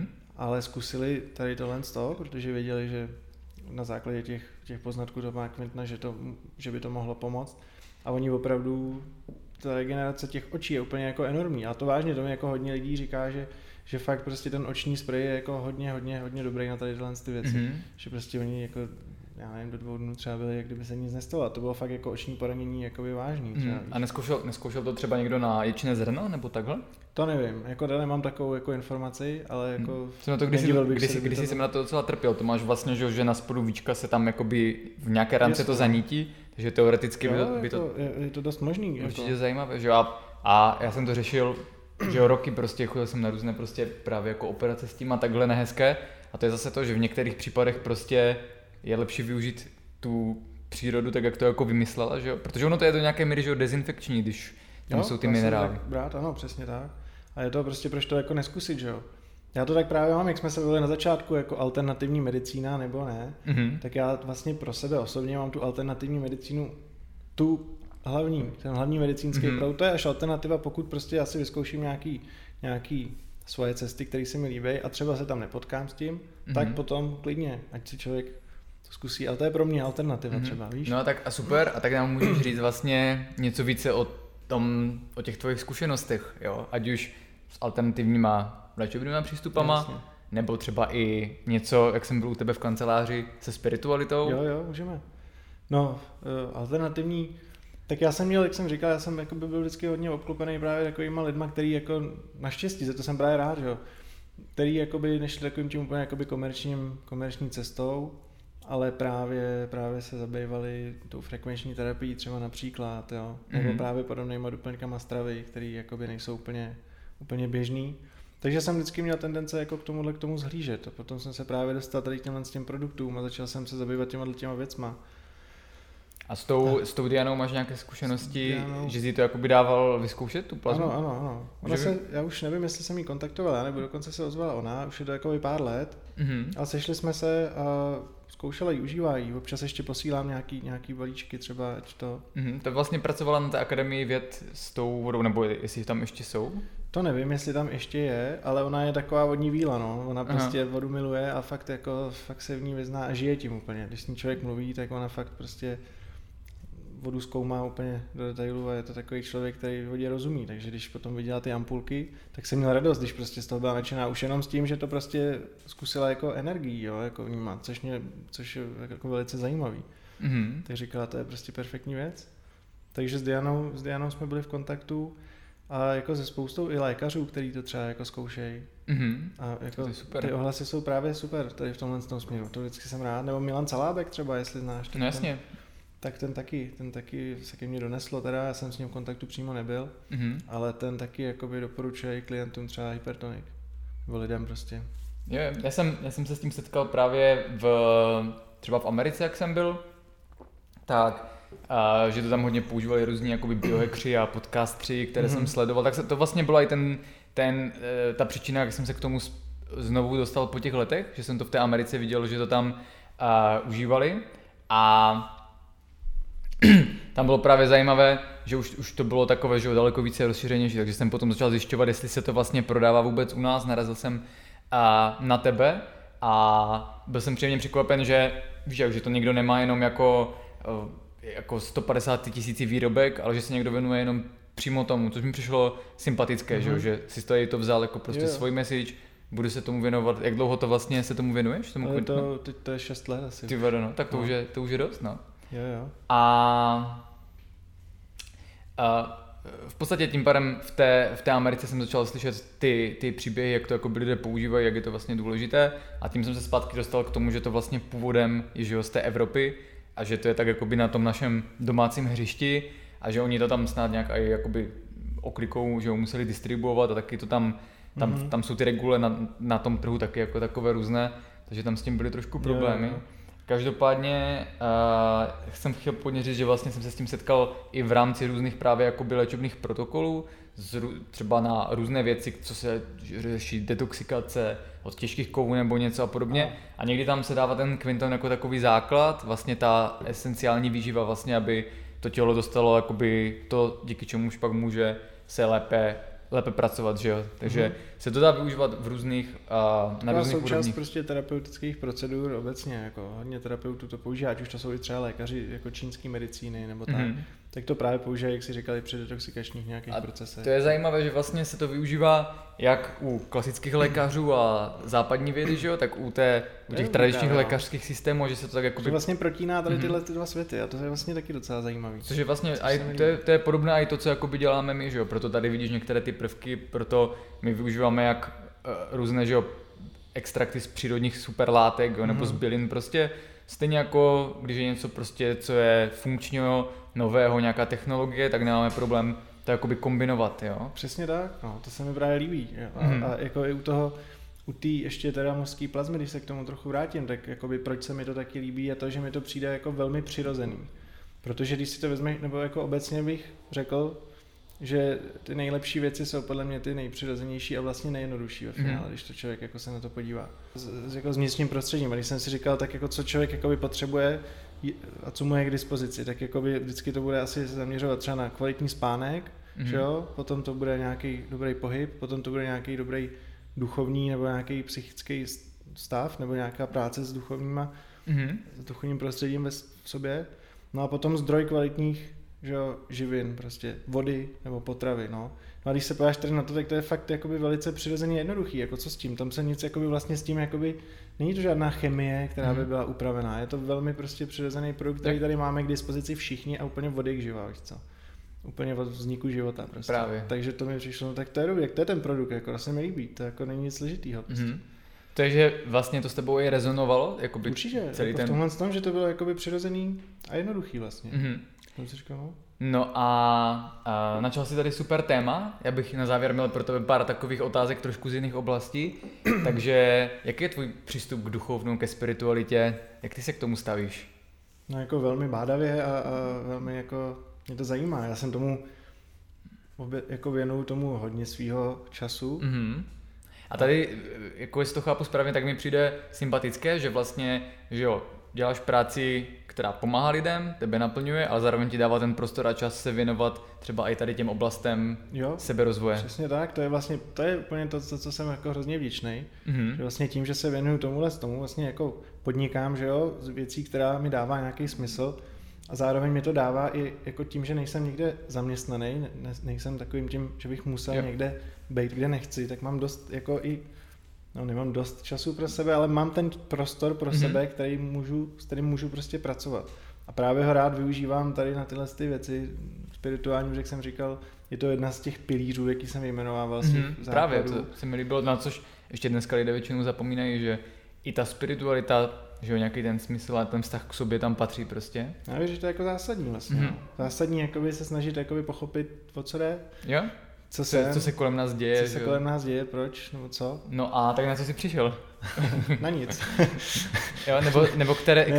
Ale zkusili tady tohle z toho, protože věděli, že na základě těch poznatků to má Quintna, že by to mohlo pomoct. A oni opravdu, ta regenerace těch očí je úplně jako enormní. A to vážně, to mi jako hodně lidí říká, že fakt prostě ten oční sprej je jako hodně dobrý na tady tyhle ty věci. Že prostě oni jako, já nevím, do 2 dnů třeba byli, jak kdyby se nic nestalo. A to bylo fakt jako oční poranění jakoby vážný. Třeba, a neskoušel to třeba někdo na ječné zrno nebo takhle? To nevím, jako nemám takovou jako informaci, ale jako jsem na to když jsem na to docela trpěl, to máš vlastně, že na spodu víčka se tam jakoby v nějaké rance to zanítí, takže teoreticky by to je to dost možný. Určitě jako. zajímavé, že jo, a já jsem to řešil, že jo, roky prostě chodil jsem na různé prostě právě jako operace s tím a takhle nehezké, a to je zase to, že v některých případech prostě je lepší využít tu přírodu tak, jak to jako vymyslela, že jo, protože ono to je do nějaké míry, že jo, dezinfekční, když tam jsou ty minerály. Brát, ano, přesně tak. A je to prostě, proč to jako neskusit, že jo? Já to tak právě mám, jak jsme se bavili na začátku, jako alternativní medicína nebo ne, tak já vlastně pro sebe osobně mám tu alternativní medicínu, ten hlavní medicínský proud, to je až alternativa, pokud prostě já si vyzkouším nějaký svoje cesty, které se mi líbí a třeba se tam nepotkám s tím, tak potom klidně, ať si člověk to zkusí, ale to je pro mě alternativa třeba, víš? No tak a super, a tak nám můžeš říct vlastně něco více o těch tvojich zkušenostech, jo, ať už s alternativníma léčebnýma přístupama, jasně, nebo třeba i něco, jak jsem byl u tebe v kanceláři, se spiritualitou. Jo, můžeme. No, alternativní, tak já jsem měl, jak jsem říkal, já jsem jako byl vždycky hodně obklopený právě takovýma lidma, který jako naštěstí, za to jsem právě rád, jo, který jakoby nešli takovým tím úplně jakoby komerční cestou, ale právě se zabývali tou frekvenční terapií třeba například, jo, nebo právě podobnýma doplňkama stravy, který jakoby nejsou úplně běžný. Takže jsem vždycky měl tendence jako k tomu zhlížet. A potom jsem se právě dostal tady k těm produktům a začal jsem se zabývat těma věcma. A s tou Dianou máš nějaké zkušenosti, že jsi to jakoby dával vyzkoušet, tu plazmu? Ano. Já už nevím, jestli jsem jí kontaktoval, nebo dokonce se ozvala ona, už je to jako pár let. A sešli jsme se a zkoušela ji, užívá ji. Občas ještě posílám nějaký balíčky třeba, ať to... To vlastně pracovala na té akademii věd s tou vodou, nebo jestli tam ještě jsou? To nevím, jestli tam ještě je, ale ona je taková vodní víla, no. Ona prostě vodu miluje a fakt se v ní vyzná a žije tím úplně. Když s ní člověk mluví, tak ona fakt prostě vodu zkoumá úplně do detailu a je to takový člověk, který vodě rozumí. Takže když potom viděla ty ampulky, tak jsem měl radost, když prostě z toho byla nadšená už jenom s tím, že to prostě zkusila jako energii, jo, jako vnímat, což je jako velice zajímavý. Tak říkala, to je prostě perfektní věc. Takže s Dianou jsme byli v kontaktu a jako se spoustou i lékařů, kteří to třeba jako zkoušejí. A jako ty ohlasy jsou právě super tady v tomhle směru, to vždycky jsem rád. Nebo Milan Calábek třeba, jestli znáš. No jasně. Tak ten taky se ke mně doneslo, teda já jsem s ním v kontaktu přímo nebyl, ale ten taky jakoby doporučuje i klientům třeba Hypertonic, nebo lidem prostě. Jo, já jsem se s tím setkal právě třeba v Americe, jak jsem byl, tak že to tam hodně používali různí jakoby biohackři a podcastři, které jsem sledoval, tak to vlastně byla i ta příčina, jak jsem se k tomu znovu dostal po těch letech, že jsem to v té Americe viděl, že to tam užívali a tam bylo právě zajímavé, že už to bylo takové, že daleko více rozšířenější, takže jsem potom začal zjišťovat, jestli se to vlastně prodává vůbec u nás, narazil jsem na tebe a byl jsem příjemně překvapen, že víš, že to někdo nemá jenom jako 150 000 výrobek, ale že se někdo věnuje jenom přímo tomu, což mi přišlo sympatické, že si to vzal jako prostě svůj message, budu se tomu věnovat. Jak dlouho to vlastně se tomu věnuješ? Teď to je 6 let asi. Ty vado, no, tak to už je dost, no. Jo. A v podstatě tím pádem v té Americe jsem začal slyšet ty příběhy, jak to jako lidé používají, jak je to vlastně důležité a tím jsem se zpátky dostal k tomu, že to vlastně původem je z té Evropy a že to je tak jakoby na tom našem domácím hřišti a že oni to tam snad nějak i jakoby oklikou, že ho museli distribuovat a taky to tam jsou ty regule na tom trhu taky jako takové různé, takže tam s tím byly trošku problémy. Jo. Každopádně jsem chtěl původně říct, že vlastně jsem se s tím setkal i v rámci různých právě jakoby léčebných protokolů, třeba na různé věci, co se řeší detoxikace od těžkých kovů nebo něco a podobně. A někdy tam se dává ten Quinton jako takový základ, vlastně ta esenciální výživa vlastně, aby to tělo dostalo jakoby to, díky čemu už pak může se lépe pracovat, že jo. Takže se to dá využívat v různých na různých součást úrovních. Prostě terapeutických procedur obecně, jako hodně terapeutů to používá, ať už to jsou i třeba lékaři jako čínské medicíny nebo tak. Tak to právě používají, jak si říkali, při detoxikačních nějakých procesech. To je zajímavé, že vlastně se to využívá jak u klasických lékařů a západní vědy, že jo, tak u těch tradičních lékařských systémů, že se to tak jako vlastně protíná tady tyhle dva světy a to je vlastně taky docela zajímavý. Což je vlastně to je podobné i to, co jakoby děláme my, že jo. Proto tady vidíš některé ty prvky, proto my využíváme jak různé, že jo, extrakty z přírodních superlátek, jo, nebo z bylin prostě. Stejně jako když je něco prostě, co je funkčního, nového, nějaká technologie, tak nemáme problém to jakoby kombinovat, jo. Přesně tak, no, to se mi právě líbí. A jako i u té ještě teda mořské plazmy, když se k tomu trochu vrátím, tak jakoby proč se mi to taky líbí je to, že mi to přijde jako velmi přirozený. Protože když si to vezmeš, nebo jako obecně bych řekl, že ty nejlepší věci jsou podle mě ty nejpřirozenější a vlastně nejjednodušší ve finále, když to člověk jako se na to podívá. Jako s vnitřním prostředím, a když jsem si říkal, tak jako co člověk jakoby potřebuje a co mu je k dispozici, tak jakoby vždycky to bude asi zaměřovat třeba na kvalitní spánek, že jo? Potom to bude nějaký dobrý pohyb, potom to bude nějaký dobrý duchovní nebo nějaký psychický stav nebo nějaká práce s s duchovním prostředím v sobě. No a potom zdroj kvalitních, že jo, živin, prostě vody nebo potravy, no. No a když se podíváš tady na to, tak to je fakt jakoby velice přirozeně jednoduchý, jako co s tím, tam se nic jakoby vlastně s tím jakoby, není to žádná chemie, která by byla upravená, je to velmi prostě přirozený produkt, který tady máme k dispozici všichni a úplně vody k živa, víš co. Úplně od vzniku života prostě. Právě. Takže to mi přišlo, no tak to je dobrý, jak to je ten produkt, jako to se mi líbí, to jako není nic složitýho prostě. Takže vlastně to s tebou i rezonovalo? Jakoby určitě, celý jako v tomhle tom, že to bylo jakoby přirozený a jednoduchý vlastně. No a načal si tady super téma, já bych na závěr měl pro tebe pár takových otázek trošku z jiných oblastí, takže jaký je tvůj přístup k duchovnu, ke spiritualitě, jak ty se k tomu stavíš? No jako velmi bádavě a velmi jako mě to zajímá, já jsem tomu jako věnuju tomu hodně svýho času. A tady, jako jestli to chápu správně, tak mi přijde sympatické, že vlastně, že jo, děláš práci, která pomáhá lidem, tebe naplňuje, ale zároveň ti dává ten prostor a čas se věnovat třeba i tady těm oblastem seberozvoje. Přesně tak, to je úplně to, co jsem jako hrozně vděčnej, že vlastně tím, že se věnuju tomu vlastně jako podnikám, že jo, z věcí, která mi dává nějaký smysl a zároveň mi to dává i jako tím, že nejsem někde zaměstnaný, nejsem takovým tím, že bych musel někde být, kde nechci, tak mám dost jako nemám dost času pro sebe, ale mám ten prostor pro sebe, s kterým můžu prostě pracovat. A právě ho rád využívám tady na tyhle ty věci. Spirituální, jak jsem říkal, je to jedna z těch pilířů, jaký jsem vyjmenovával. Právě, to se mi líbilo, na což ještě dneska lidé většinou zapomínají, že i ta spiritualita, že jo, nějaký ten smysl a ten vztah k sobě tam patří prostě. Já věřím, že to je jako zásadní vlastně. Zásadní jakoby se snažit jakoby pochopit, o co jde. Jo? Co se kolem nás děje. Co se kolem nás děje, proč, nebo co. No a tak na co jsi přišel? Na nic. Jo, nebo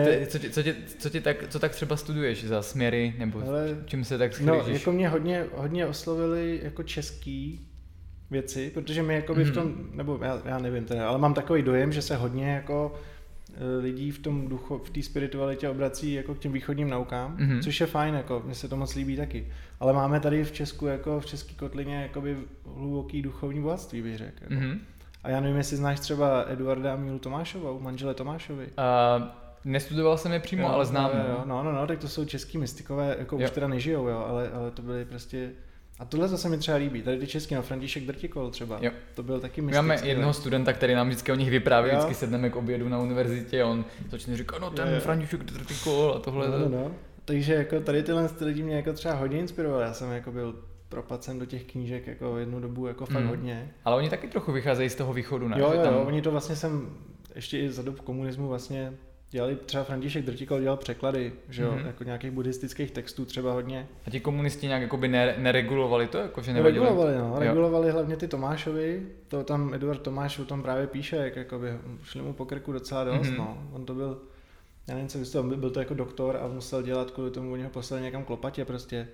co tak třeba studuješ za směry, nebo čím se tak schlížíš? No, jako mě hodně oslovili jako český věci, protože my jakoby v tom, nebo já nevím teda, ale mám takový dojem, že se hodně jako lidí v té spiritualitě obrací jako k těm východním naukám, což je fajn, jako mně se to moc líbí taky. Ale máme tady v Česku, jako v české kotlině, jakoby hluboký duchovní bohatství, bych řekl. Jako. A já nevím, jestli znáš třeba Eduarda a Mílu Tomášovou, manžele Tomášovi. Nestudoval jsem je přímo, ale znám. No, tak to jsou český mystikové, jako už teda nežijou, jo, ale to byly prostě. A tohle zase mi třeba líbí, tady ty český, František Drtikol třeba, to byl taky mystický. My máme jednoho studenta, který nám vždycky o nich vypráví, vždycky sedneme k obědu na univerzitě a on začne říkat, no ten František Drtikol a tohle. No. Takže jako tady tyhle lidi mě jako třeba hodně inspirovali, já jsem jako byl propacen do těch knížek jako jednu dobu jako fakt hodně. Ale oni taky trochu vycházejí z toho východu, ne? Jo, oni to vlastně jsem ještě i za dob komunismu vlastně dělali, třeba František Drtikol dělal překlady, že jo, jako nějakých buddhistických textů třeba hodně. A ti komunisti nějak jakoby neregulovali to? Jako, že regulovali hlavně ty Tomášovi, to tam Eduard Tomáš o tom právě píše, jak jakoby šli mu po krku docela dost, on to byl, já nevím, co vysvětlil, byl to jako doktor a musel dělat kvůli tomu, oni ho poslali někam k lopatě prostě.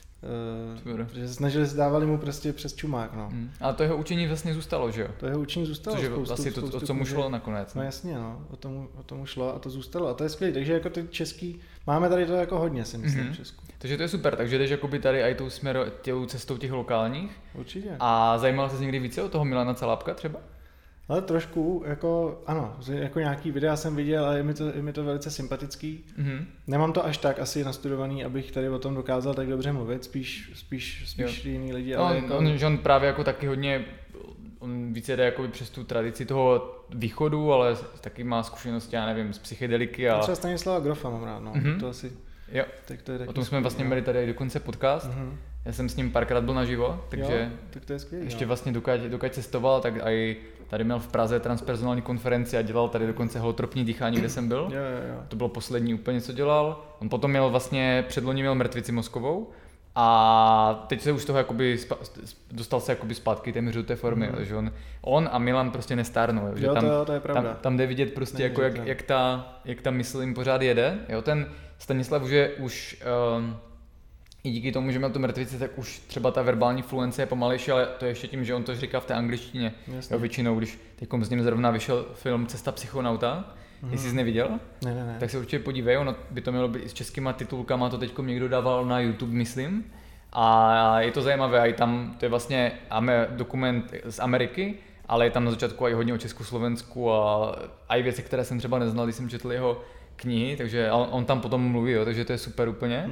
Protože se snažili, dávali mu prostě přes čumák, no. Ale to jeho učení vlastně zůstalo, že jo? To jeho učení zůstalo. Což je vlastně to, o co mu šlo nakonec. No jasně, no, o tomu šlo a to zůstalo a to je skvělé, takže jako ty český, máme tady to jako hodně, si myslím, v Česku. Takže to je super, takže jdeš jakoby tady i tou cestou těch lokálních. Určitě. A zajímal se někdy více o toho Milana Calábka třeba? Ale trošku, jako ano, jako nějaký videa jsem viděl a je mi to velice sympatický. Nemám to až tak asi nastudovaný, abych tady o tom dokázal tak dobře mluvit, spíš jiný lidi. Ale on právě jako taky hodně, on více jde jakoby přes tu tradici toho východu, ale taky má zkušenosti, já nevím, z psychedeliky. A třeba Stanislava Grofa mám rád, no, to asi. Jo, tak to je o tom jsme vlastně měli tady dokonce podcast. Já jsem s ním párkrát byl naživo, takže tak to je skvělý, ještě vlastně dokud cestoval, tak i tady měl v Praze transpersonální konferenci a dělal tady dokonce holotropní dýchání, kde jsem byl. Jo. To bylo poslední úplně, co dělal. On potom měl vlastně, předloni měl mrtvici mozkovou a teď se už z toho jakoby dostal se jakoby zpátky téměř do té formy, že on a Milan prostě nestárnou. Že to je pravda. Tam jde vidět prostě jako jak ta mysl jim pořád jede. Jo, ten Stanislav už i díky tomu, že měl tu mrtvici, tak už třeba ta verbální fluence je pomalejší, ale to je ještě tím, že on to říká v té angličtině. Jo, většinou, když teďkom s ním zrovna vyšel film Cesta psychonauta, jestli jsi neviděl, ne. Tak se určitě podívej, ono by to mělo být s českýma titulkama, to teďkom někdo dával na YouTube, myslím. A je to zajímavé, i tam, to je vlastně dokument z Ameriky, ale je tam na začátku i hodně o Československu a i věci, které jsem třeba neznal, když jsem četl jeho knihy, takže on tam potom mluví, jo, takže to je super úplně.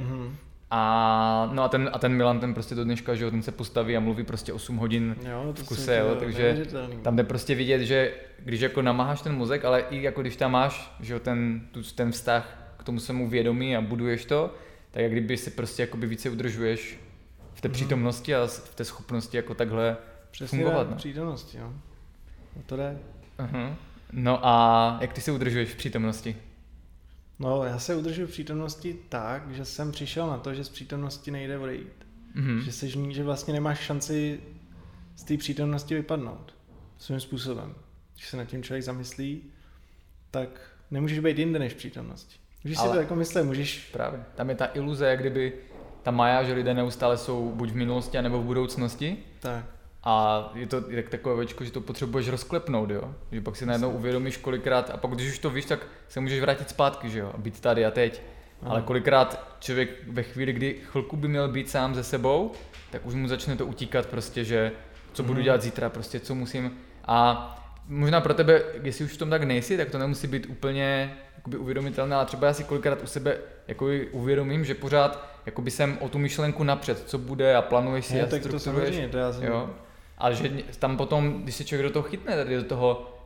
A ten Milan, ten prostě do dneška, že jo, ten se postaví a mluví prostě 8 hodin v kuse, jo, takže tam jde prostě vidět, že když jako namáháš ten mozek, ale i jako když tam máš, že jo, ten vztah k tomu svému vědomí a buduješ to, tak jak kdyby se prostě jakoby více udržuješ v té přítomnosti a v té schopnosti jako takhle fungovat. No. Přítomnosti, jo. To jde. No a jak ty se udržuješ v přítomnosti? No, já se udržuji v přítomnosti tak, že jsem přišel na to, že z přítomnosti nejde odejít. Že vlastně nemáš šanci z té přítomnosti vypadnout svým způsobem. Když se nad tím člověk zamyslí, tak nemůžeš být jinde než v přítomnosti. Můžeš si to jako myslet, můžeš... Právě, tam je ta iluze, jak kdyby ta maja, že lidé neustále jsou buď v minulosti, nebo v budoucnosti. Tak. A je to takové večko, že to potřebuješ rozklepnout, jo? Že pak si najednou uvědomíš kolikrát a pak když už to víš, tak se můžeš vrátit zpátky, že jo? A být tady a teď. Ale kolikrát člověk ve chvíli, kdy chvilku by měl být sám se sebou, tak už mu začne to utíkat prostě, že co budu dělat zítra, prostě co musím. A možná pro tebe, jestli už v tom tak nejsi, tak to nemusí být úplně jakoby uvědomitelné, ale třeba já si kolikrát u sebe jakoby uvědomím, že pořád jakoby jsem o tu myšlenku napřed, co bude a plánuješ si a strukturuješ. To já jsem... Jo? A že tam potom, když se člověk do toho chytne, tady do toho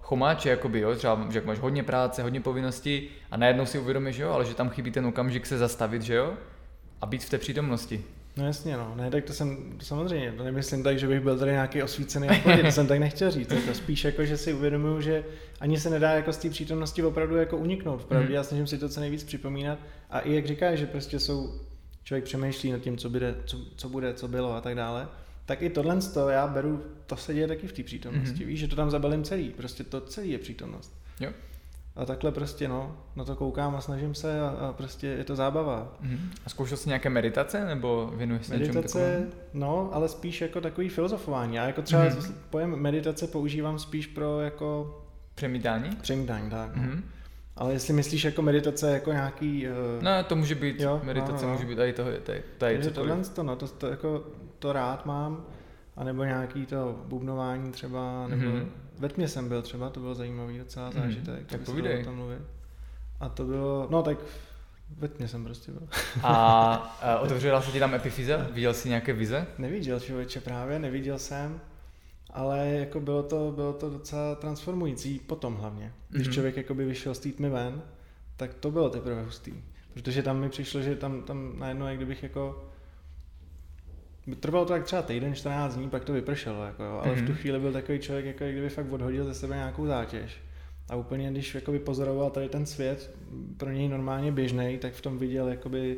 chomáče, jakoby, jo, třeba, že máš hodně práce, hodně povinností a najednou si uvědomíš, jo, ale že tam chybí ten okamžik se zastavit, že jo, a být v té přítomnosti. No jasně, no, ne, tak to samozřejmě, to nemyslím tak, že bych byl tady nějaký osvícený odpověď, to jsem tak nechtěl říct, to spíš jako, že si uvědomuju, že ani se nedá jako z té přítomnosti opravdu jako uniknout, vpravdě, já snažím si to co nejvíc připomínat a i jak říkáš, že prostě člověk přemýšlí nad tím, co bude, co bylo a tak dále, tak i tohle já beru, to se děje taky v té přítomnosti, víš, že to tam zabalím celý, prostě to celý je přítomnost. Jo. A takhle prostě na to koukám a snažím se a prostě je to zábava. A zkoušel jsi nějaké meditace nebo věnuješ se něčemu takovému? No, ale spíš jako takový filozofování. Já jako třeba pojem meditace používám spíš pro jako... Přemítání? Přemítání, tak. Ale jestli myslíš jako meditace jako nějaký... No, to může být, meditace může být tady cokoliv. To jako to rád mám, anebo nějaký to bubnování třeba, nebo ve tmě jsem byl třeba, to bylo zajímavý docela zážitek. Tak povídej. A to bylo, no tak ve tmě jsem prostě byl. A otevřela se ti tam epifyze? Viděl jsi nějaké vize? Neviděl, člověče, právě, neviděl jsem, ale jako bylo to docela transformující potom hlavně. Když člověk jakoby vyšel z té tmy ven, tak to bylo teprve hustý. Protože tam mi přišlo, že tam najednou, jak kdybych jako... Trvalo to tak třeba týden, 14 dní, pak to vypršelo, jako jo, ale v tu chvíli byl takový člověk, jako kdyby fakt odhodil ze sebe nějakou zátěž. A úplně, když jakoby pozoroval tady ten svět, pro něj normálně běžnej, tak v tom viděl jakoby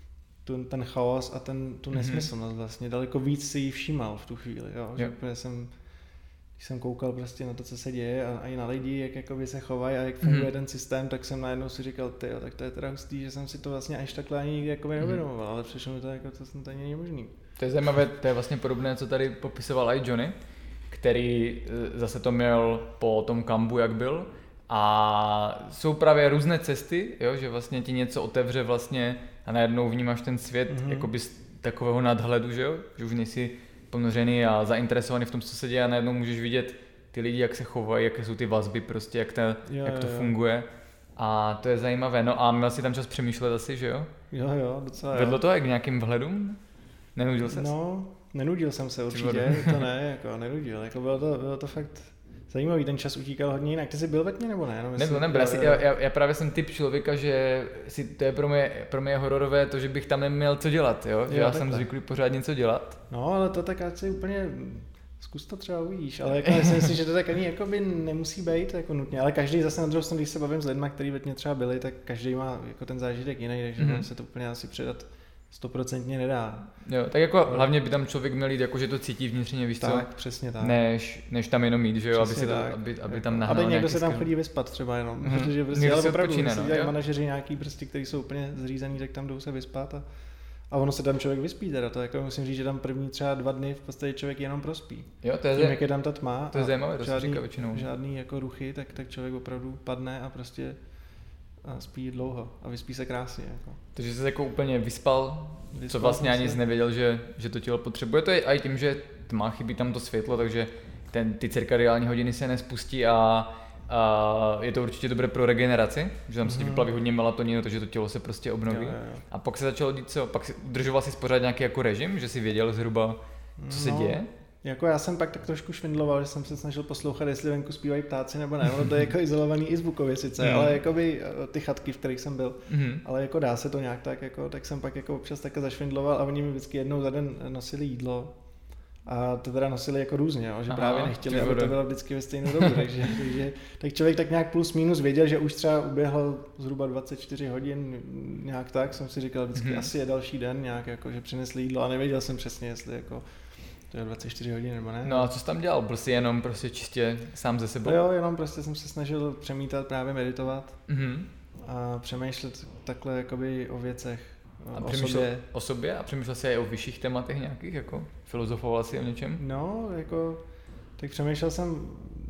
ten chaos a tu nesmyslnost vlastně. Daleko víc si ji všímal v tu chvíli, jo. Že úplně když jsem koukal prostě na to, co se děje a i na lidi, jak jakoby se chovají a jak funguje ten systém, tak jsem najednou si říkal, tyjo, tak to je teda hustý, že jsem si to vlastně až takhle ani nikdy jakoby neuvědomoval, ale přišlo mi to jako, to snad ani není možný. To je zajímavé, to je vlastně podobné, co tady popisoval i Johnny, který zase to měl po tom kambu, jak byl. A jsou právě různé cesty, jo, že vlastně ti něco otevře vlastně a najednou vnímáš ten svět jakoby z takového nadhledu, že jo, že už nejsi ponořený a zainteresovaný v tom, co se děje a najednou můžeš vidět ty lidi, jak se chovají, jaké jsou ty vazby prostě, jak to funguje. A to je zajímavé. No a měl jsi tam čas přemýšlet asi, že jo? Jo, docela jo. Vedlo to jak k nějakým vhledům? Nenudil ses? No, nenudil jsem se určitě, to ne, jako nenudil, jako bylo to fakt zajímavý, ten čas utíkal hodně jinak. Ty jsi byl ve tmě nebo ne? No, nebyl, já právě jsem typ člověka, že to je pro mě hororové to, že bych tam neměl co dělat, jo? Že já jsem zvyklý pořád něco dělat. No, ale to tak asi úplně, zkus to třeba uvidíš, ale jako myslím si, že to tak ani jakoby nemusí být jako nutně, ale každý zase na druhou stranu, když se bavím s lidmi, kteří ve tmě třeba byli, tak každý má jako ten zážitek jiný, takže se to úplně asi předat 100% nedá. Jo, tak jako hlavně by tam člověk měl jít, jako že to cítí vnitřně, víš co? Tak, přesně tak. Než tam jenom jít, že jo, aby tam nahnal nějaký někdo se tam chodí vyspat třeba jenom, protože prostě, ale opravdu dělají manažeři nějaký prostě, kteří jsou úplně zřízený, tak tam jdou se vyspat a ono se tam člověk vyspí teda, to jako musím říct, že tam první třeba 2 dny v podstatě člověk jenom prospí. Jo, to je tím, jak je tam ta tma, to je zajímavé, to se říká většinou. Žádný jako ruchy, tak člověk opravdu padne a prostě a spí dlouho a vyspí se krásně. Jako. Takže jsi jako úplně vyspal, co vlastně ani nevěděl, že to tělo potřebuje. To je i tím, že tma, chybí tam to světlo, takže ty cirkadiální hodiny se nespustí a je to určitě dobré pro regeneraci, že tam se ti vyplaví hodně melatoninu, takže to tělo se prostě obnoví. Jo. A pak se začalo dít co? Pak si udržoval si pořád nějaký jako režim, že si věděl zhruba, co se děje? Jako já jsem pak tak trošku švindloval, že jsem se snažil poslouchat, jestli venku zpívají ptáci nebo ne. Ono to je jako izolovaný i zvukově sice, ale jakoby ty chatky, v kterých jsem byl. Ale jako dá se to nějak tak, jako, tak jsem pak jako občas také zašvindloval a oni mi vždycky jednou za den nosili jídlo. A to teda nosili jako různě, jo, že právě nechtěli, aby to bylo vždycky ve stejnou dobu, takže tak člověk tak nějak plus minus věděl, že už třeba uběhlo zhruba 24 hodin, nějak tak, jsem si říkal, vždycky asi je další den nějak, jako, že přinesli jídlo a nevěděl jsem přesně, jestli jako to je 24 hodin nebo ne. No a co jsi tam dělal? Byl jsi jenom prostě čistě sám ze sebou? Jo, jenom prostě jsem se snažil přemítat, právě meditovat a přemýšlet takhle jakoby o věcech. A přemýšlel o sobě a přemýšlel jsi i o vyšších tématech nějakých, jako filozofoval jsi o něčem? No, jako, tak přemýšlel jsem,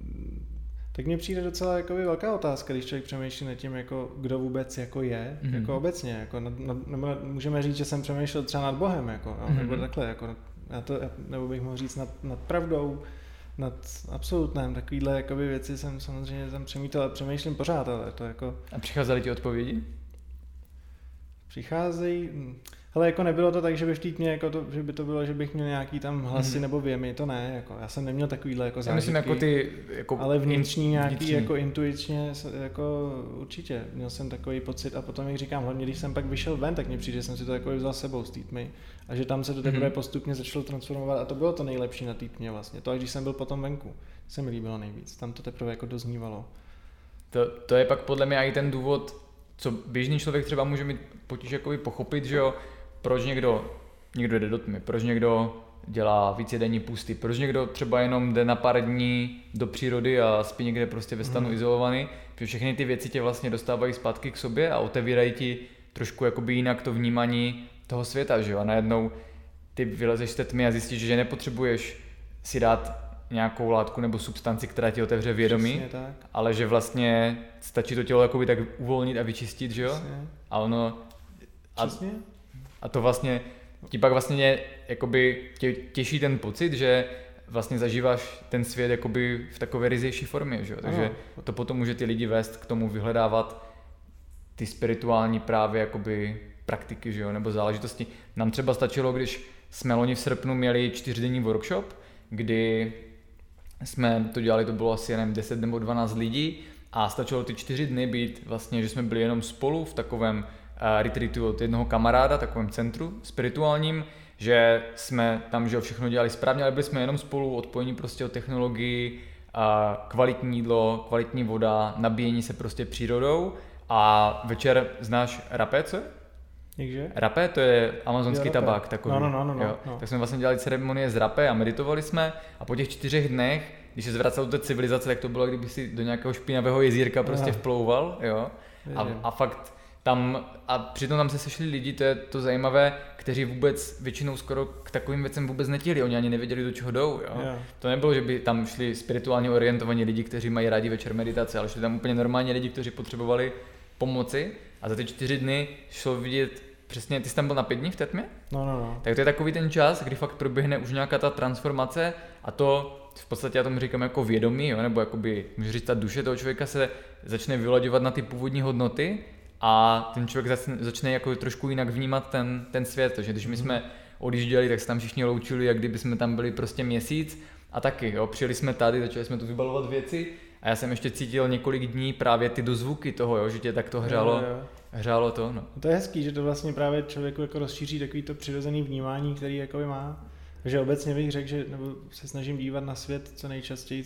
tak mně přijde docela jakoby velká otázka, když člověk přemýšlí nad tím, jako kdo vůbec jako je, jako obecně, jako můžeme říct, že jsem přemýšlel třeba nad Bohem, jako, nebo takhle, jako, nebo bych mohl říct nad pravdou, nad absolutnem, takovýhle jakoby věci jsem samozřejmě tam přemítal a přemýšlím pořád, ale to jako... A přicházely ti odpovědi? Přicházejí, ale jako nebylo to tak, že by v té tmě, jako to, že by to bylo, že bych měl nějaký tam hlasy nebo věmy, to ne, jako já jsem neměl takovýhle jako zážitky. Myslím jako ty, jako ale vnitřní nějaký, jako intuičně, jako určitě, měl jsem takový pocit a potom, jak říkám, hlavně když jsem pak vyšel ven, tak mně přijde, že jsem si to jako vzal sebou z té tmy a že tam se to teprve postupně začalo transformovat a to bylo to nejlepší na té tmě vlastně, to, když jsem byl potom venku, se mi líbilo nejvíc, tam to teprve jako doznívalo. To je pak podle mě i ten důvod, co běžný člověk třeba může mít potíž jakoby pochopit, že jo, proč někdo jde do tmy, proč někdo dělá vícedenní pusty, proč někdo třeba jenom jde na pár dní do přírody a spí někde prostě ve stanu izolovaný, protože všechny ty věci tě vlastně dostávají zpátky k sobě a otevírají ti trošku jakoby jinak to vnímání toho světa, že jo, a najednou ty vylezeš z té tmy a zjistíš, že nepotřebuješ si dát nějakou látku nebo substanci, která ti otevře vědomí, ale že vlastně stačí to tělo jakoby tak uvolnit a vyčistit, že jo? Přesně. A ono a to vlastně ti pak vlastně jakoby tě těší ten pocit, že vlastně zažíváš ten svět jakoby v takové ryzejší formě, že jo? Takže to potom může ty lidi vést k tomu vyhledávat ty spirituální právě jakoby praktiky, že jo? Nebo záležitosti. Nám třeba stačilo, když jsme loni v srpnu měli 4denní workshop, kdy jsme to dělali, to bylo asi jen 10 nebo 12 lidí a stačilo ty 4 dny být vlastně, že jsme byli jenom spolu v takovém retreatu od jednoho kamaráda, takovém centru spirituálním, že jsme tam, že všechno dělali správně, ale byli jsme jenom spolu, odpojení prostě od technologií, kvalitní jídlo, kvalitní voda, nabíjení se prostě přírodou a večer znáš rapé, co je? Jakže? Rapé, to je amazonský tabák takový. No. Tak jsme vlastně dělali ceremonie z rapé a meditovali jsme a po těch 4 dnech, když se zvracel do té civilizace, tak to bylo, kdyby si do nějakého špinavého jezírka prostě vplouval, jo. A fakt tam, a přitom tam se sešli lidi, to je to zajímavé, kteří vůbec většinou skoro k takovým věcem vůbec netěli, oni ani nevěděli, do čeho jdou, jo. To nebylo, že by tam šli spirituálně orientovaní lidi, kteří mají rádi večer meditace, ale šli tam úplně normálně lidi, kteří potřebovali pomoci a za ty 4 dny šlo vidět. Přesně, ty jsi tam byl na 5 dní v té tmě? No. Tak to je takový ten čas, kdy fakt proběhne už nějaká ta transformace a to v podstatě já tomu říkám jako vědomí, jo? Nebo jakoby, můžu říct, ta duše toho člověka se začne vylaďovat na ty původní hodnoty a ten člověk začne jako trošku jinak vnímat ten svět, takže když my jsme odjížděli, tak se tam všichni loučili, jak kdyby jsme tam byli prostě měsíc a taky, jo? Přijeli jsme tady, začali jsme tu vybalovat věci a já jsem ještě cítil několik dní právě ty dozvuky toho, jo? Že tě tak to hřálo to, no. To je hezký, že to vlastně právě člověku jako rozšíří takový to přirozený vnímání, který jakoby má. Takže obecně bych řekl, že nebo se snažím dívat na svět co nejčastěji,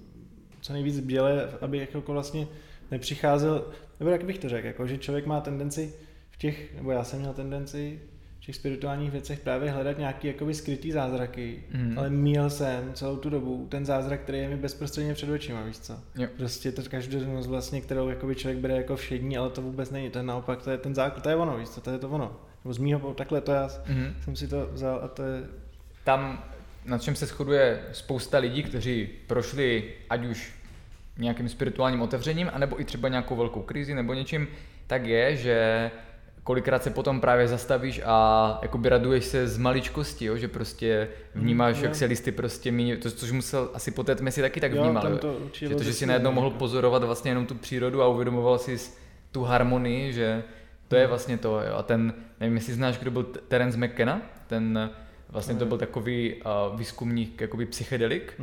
co nejvíc bděle, aby jako vlastně nepřicházel, nebo jak bych to řekl, jako, že člověk má tendenci v těch, nebo já jsem měl tendenci v těch spirituálních věcech právě hledat nějaký jakoby skrytý zázraky, ale měl jsem celou tu dobu ten zázrak, který je mi bezprostředně před očima, víš co? Jo. Prostě to každodennost vlastně, kterou jakoby člověk bere jako všední, ale to vůbec není, to je naopak, to je ten základ, to je ono, víš co, to je to ono. Nebo z mýho, takhle to já jsem si to vzal a to je... Tam, na čem se shoduje spousta lidí, kteří prošli ať už nějakým spirituálním otevřením, anebo i třeba nějakou velkou krizi nebo něčím, tak je, že kolikrát se potom právě zastavíš a jakoby raduješ se z maličkosti, jo? Že prostě vnímáš, jak se listy prostě míní, což musel asi po té tmě si taky tak vnímal, že si najednou mohl pozorovat vlastně jenom tu přírodu a uvědomoval si tu harmonii, že to je vlastně to, jo? A ten, nevím, jestli znáš, kdo byl Terence McKenna, ten vlastně to byl takový výzkumník, jakoby psychedelik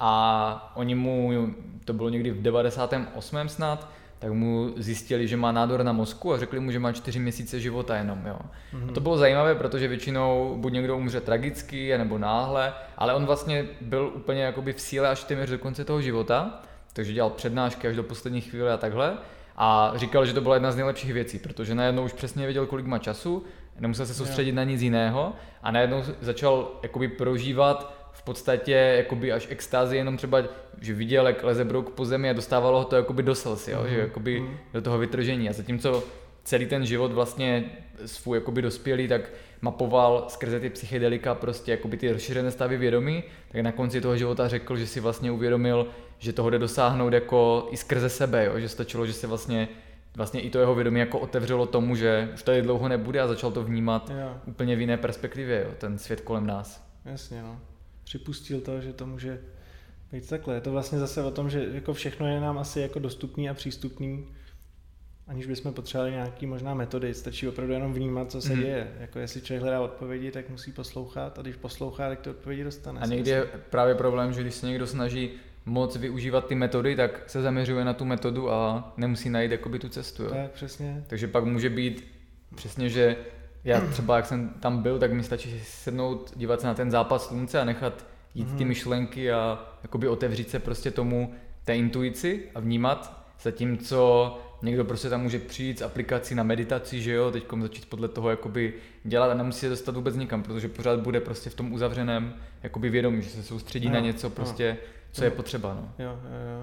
a oni mu, to bylo někdy v 98. snad, tak mu zjistili, že má nádor na mozku a řekli mu, že má 4 měsíce života jenom, jo. A to bylo zajímavé, protože většinou buď někdo umře tragicky, nebo náhle, ale on vlastně byl úplně jakoby v síle až téměř do konce toho života, takže dělal přednášky až do poslední chvíle a takhle. A říkal, že to byla jedna z nejlepších věcí, protože najednou už přesně věděl, kolik má času, nemusel se soustředit na nic jiného a najednou začal jakoby prožívat v podstatě jakoby až extázi, jenom třeba, že viděl, jak leze brouk po zemi a dostávalo ho to jakoby do slz, jo? Že jakoby do toho vytržení. A zatímco celý ten život vlastně svůj jakoby dospělý, tak mapoval skrze ty psychedelika prostě jakoby ty rozšířené stavy vědomí, tak na konci toho života řekl, že si vlastně uvědomil, že toho jde dosáhnout jako i skrze sebe, jo? Že stačilo, že se vlastně i to jeho vědomí jako otevřelo tomu, že už tady dlouho nebude a začal to vnímat úplně v jiné perspektivě, jo? Ten svět kolem nás. Jasně, no. Připustil to, že to může být takhle. Je to vlastně zase o tom, že jako všechno je nám asi jako dostupný a přístupný aniž bychom potřebovali nějaký možná metody, stačí opravdu jenom vnímat, co se děje. Jako jestli člověk hledá odpovědi, tak musí poslouchat a když poslouchá, tak ty odpovědi dostane. A někdy je právě problém, že když se někdo snaží moc využívat ty metody, tak se zaměřuje na tu metodu a nemusí najít jakoby tu cestu. Jo? Tak, přesně. Takže pak může být přesně, že já třeba jak jsem tam byl, tak mi stačí sednout, dívat se na ten západ slunce a nechat jít ty myšlenky a jakoby otevřít se prostě tomu té intuici a vnímat, zatímco někdo prostě tam může přijít s aplikací na meditaci, že jo, teďkom začít podle toho jakoby dělat a nemusí se dostat vůbec nikam, protože pořád bude prostě v tom uzavřeném jakoby vědomí, že se soustředí na něco prostě, co je potřeba, no. Jo.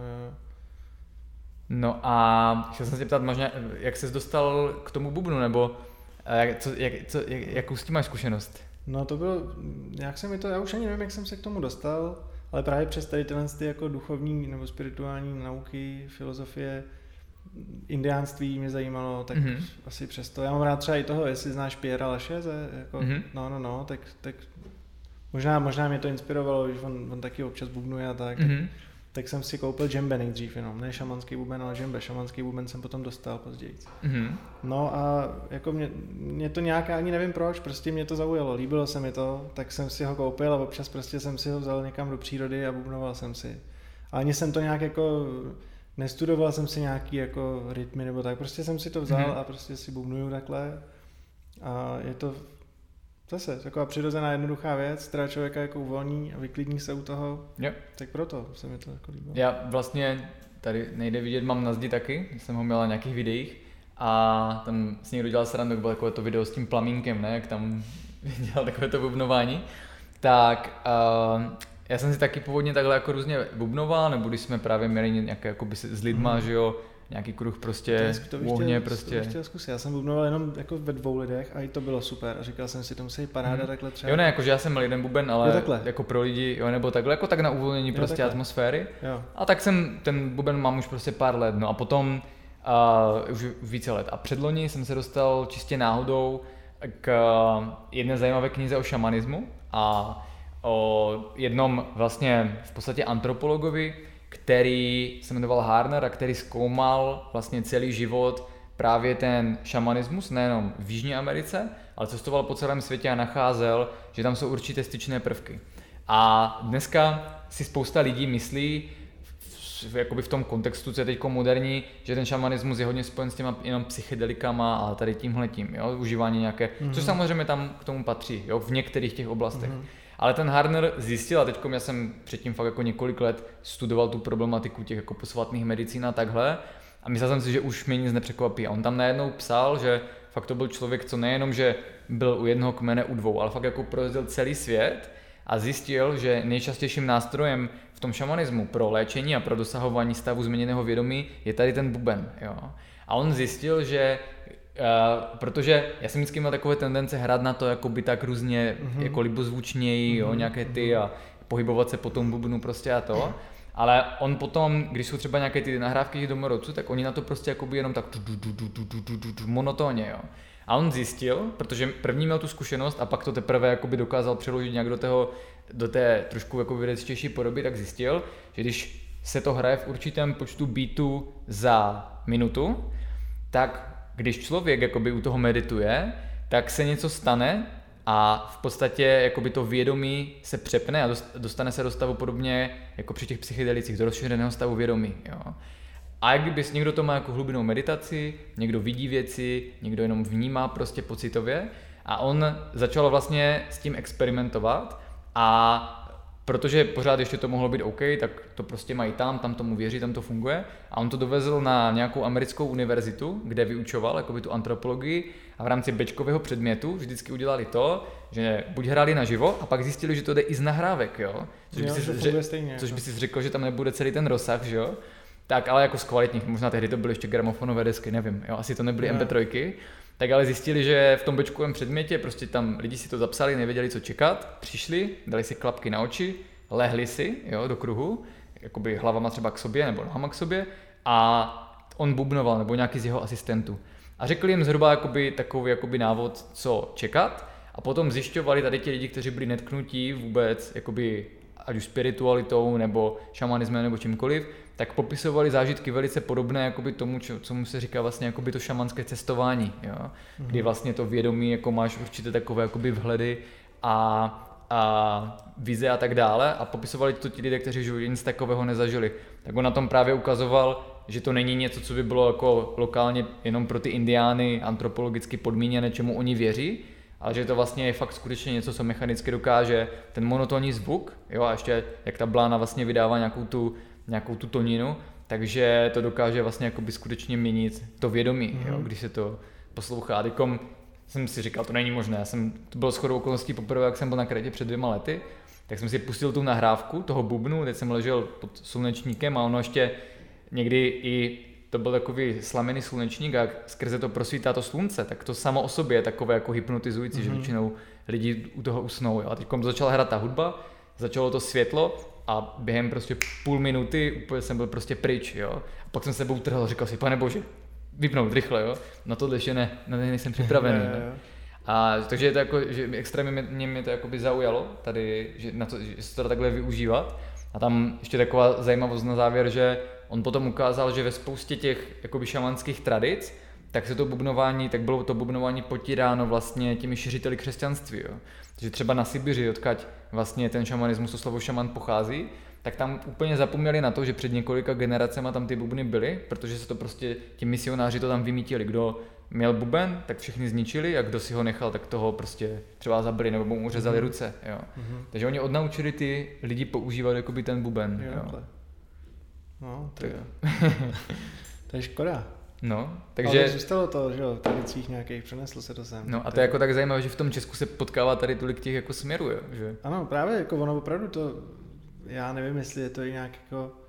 No a chtěl jsem se ptát možná, jak ses dostal k tomu bubnu, nebo jakou s tím máš zkušenost? No to bylo, jak se mi to, já už ani nevím, jak jsem se k tomu dostal, ale právě přes tady tyhle ty jako duchovní nebo spirituální nauky, filozofie, indiánství mě zajímalo, tak asi přesto. Já mám rád třeba i toho, jestli znáš Pierra Lachaise, jako, tak možná mě to inspirovalo, že on taky občas bubnuje a tak. Tak jsem si koupil džembe nejdřív jenom, ne šamanský buben, ale džembe. Šamanský buben jsem potom dostal později. No a jako mě to nějak, ani nevím proč, prostě mě to zaujalo, líbilo se mi to, tak jsem si ho koupil a občas prostě jsem si ho vzal někam do přírody a bubnoval jsem si. A ani jsem to nějak jako, nestudoval jsem si nějaký jako rytmy nebo tak, prostě jsem si to vzal a prostě si bubnuju takhle. A je to zase taková přirozená jednoduchá věc, která člověka jako uvolní a vyklidní se u toho, tak proto se mi to jako líbilo. Já vlastně, tady nejde vidět, mám na zdi taky, jsem ho měl na nějakých videích a tam s někdo dělal srandu, bylo takové to video s tím plamínkem, ne, jak tam dělal takové to bubnování, tak já jsem si taky původně takhle jako různě bubnoval, nebo když jsme právě měli nějaké jakoby s lidma, že jo, nějaký kruh prostě u ohně prostě. To chtěl zkusit. Já jsem bubnoval jenom jako ve 2 lidech a i to bylo super a říkal jsem si, to musí paráda takhle třeba. Jo ne, jakože já jsem měl jeden buben, ale jako pro lidi, jo, nebo takhle, jako tak na uvolnění prostě takhle. Atmosféry. Jo. A tak ten buben mám už prostě pár let, no a potom už více let. A předloni jsem se dostal čistě náhodou k jedné zajímavé knize o šamanismu a o jednom vlastně v podstatě antropologovi, který se jmenoval Harner a který zkoumal vlastně celý život právě ten šamanismus, nejenom v Jižní Americe, ale cestoval po celém světě a nacházel, že tam jsou určité styčné prvky. A dneska si spousta lidí myslí, jakoby v tom kontextu, co je teď moderní, že ten šamanismus je hodně spojen s těma jenom psychedelikama a tady tímhletím, jo, užívání nějaké, což samozřejmě tam k tomu patří, jo, v některých těch oblastech. Ale ten Harner zjistil, a teďkom já jsem předtím fakt jako několik let studoval tu problematiku těch jako posvátných medicín a takhle a myslel jsem si, že už mě nic nepřekvapí. A on tam najednou psal, že fakt to byl člověk, co nejenom, že byl u jednoho kmene, u 2, ale fakt jako projezdil celý svět a zjistil, že nejčastějším nástrojem v tom šamanismu pro léčení a pro dosahování stavu změněného vědomí je tady ten buben. Jo. A on zjistil, že protože já jsem vždycky měl takové tendence hrát na to jakoby tak různě jako libozvučněji, jo, nějaké ty a pohybovat se po tom bubnu prostě a to. Ale on potom, když jsou třeba nějaké ty nahrávky domorodců, tak oni na to prostě jakoby jenom tak monotónně, jo. A on zjistil, protože první měl tu zkušenost a pak to teprve jakoby dokázal přeložit nějak do té trošku jako vědectější podoby, tak zjistil, že když se to hraje v určitém počtu beatů za minutu, tak když člověk jakoby u toho medituje, tak se něco stane a v podstatě jakoby to vědomí se přepne a dostane se do stavu podobně jako při těch psychedelicích, do rozšířeného stavu vědomí. Jo. A kdyby někdo to má jako hlubinnou meditaci, někdo vidí věci, někdo jenom vnímá prostě pocitově a on začal vlastně s tím experimentovat a protože pořád ještě to mohlo být OK, tak to prostě mají tam tomu věří, tam to funguje. A on to dovezl na nějakou americkou univerzitu, kde vyučoval jakoby tu antropologii a v rámci bečkového předmětu vždycky udělali to, že buď hráli naživo a pak zjistili, že to jde i z nahrávek, jo? Což by si řekl, že tam nebude celý ten rozsah, že jo? Tak ale jako z kvalitních, možná tehdy to byly ještě gramofonové desky, nevím, jo? Asi to nebyly MP3, tak ale zjistili, že v tom bečkovém předmětě prostě tam lidi si to zapsali, nevěděli, co čekat, přišli, dali si klapky na oči, lehli si, jo, do kruhu, jakoby hlavama třeba k sobě nebo nohama k sobě a on bubnoval nebo nějaký z jeho asistentů. A řekli jim zhruba jakoby, takový jakoby návod, co čekat a potom zjišťovali tady ti lidi, kteří byli netknutí vůbec jakoby ať už spiritualitou nebo šamanismem nebo čímkoliv, tak popisovali zážitky velice podobné jakoby tomu, co mu se říká vlastně jakoby to šamanské cestování, jo? Kdy vlastně to vědomí, jako máš určité takové jakoby vhledy a vize a tak dále a popisovali to ti lidé, kteří nic takového nezažili. Tak on na tom právě ukazoval, že to není něco, co by bylo jako lokálně jenom pro ty indiány antropologicky podmíněné, čemu oni věří, ale že to vlastně je fakt skutečně něco, co mechanicky dokáže ten monotónní zvuk, jo, a ještě jak ta blána vlastně vydává nějakou tu toninu, takže to dokáže vlastně jakoby skutečně měnit to vědomí, jo, když se to poslouchá. Teďkom jsem si říkal, to není možné, to bylo shodou okolností poprvé, jak jsem byl na Krétě před 2 lety, tak jsem si pustil tu nahrávku toho bubnu, teď jsem ležel pod slunečníkem a ono ještě někdy i to byl takový slamený slunečník a skrze to prosvítá to slunce, tak to samo o sobě je takové jako hypnotizující, že většinou lidi u toho usnou. Jo. A teď začala hrát ta hudba, začalo to světlo a během prostě půl minuty úplně jsem byl prostě pryč. Jo. A pak jsem se sebou trhl, říkal si, pane bože, vypnout rychle, jo. Na tohle ještě nejsem připravený. A takže je to jako, že extrémně mě to jakoby zaujalo tady, že se to dá takhle využívat. A tam ještě taková zajímavost na závěr, že on potom ukázal, že ve spoustě těch jakoby šamanských tradic, tak bylo to bubnování potíráno vlastně těmi šiřiteli křesťanství. Jo. Takže třeba na Sibiři, odkud vlastně ten šamanismus, to slovo šaman pochází, tak tam úplně zapomněli na to, že před několika generacemi tam ty bubny byly, protože se to prostě ti misionáři to tam vymítili. Kdo měl buben, tak všichni zničili a kdo si ho nechal, tak toho prostě třeba zabili nebo mu uřezali ruce. Jo. Takže oni odnaučili ty lidi používat jakoby ten buben. Jo. No, to je škoda. No, takže... Ale zůstalo to, že jo, v tradicích nějakých, přeneslo se to sem. No a to je jako tak zajímavé, že v tom Česku se potkává tady tolik těch jako směrů, jo, že? Ano, právě, jako ono opravdu to, já nevím, jestli je to i nějak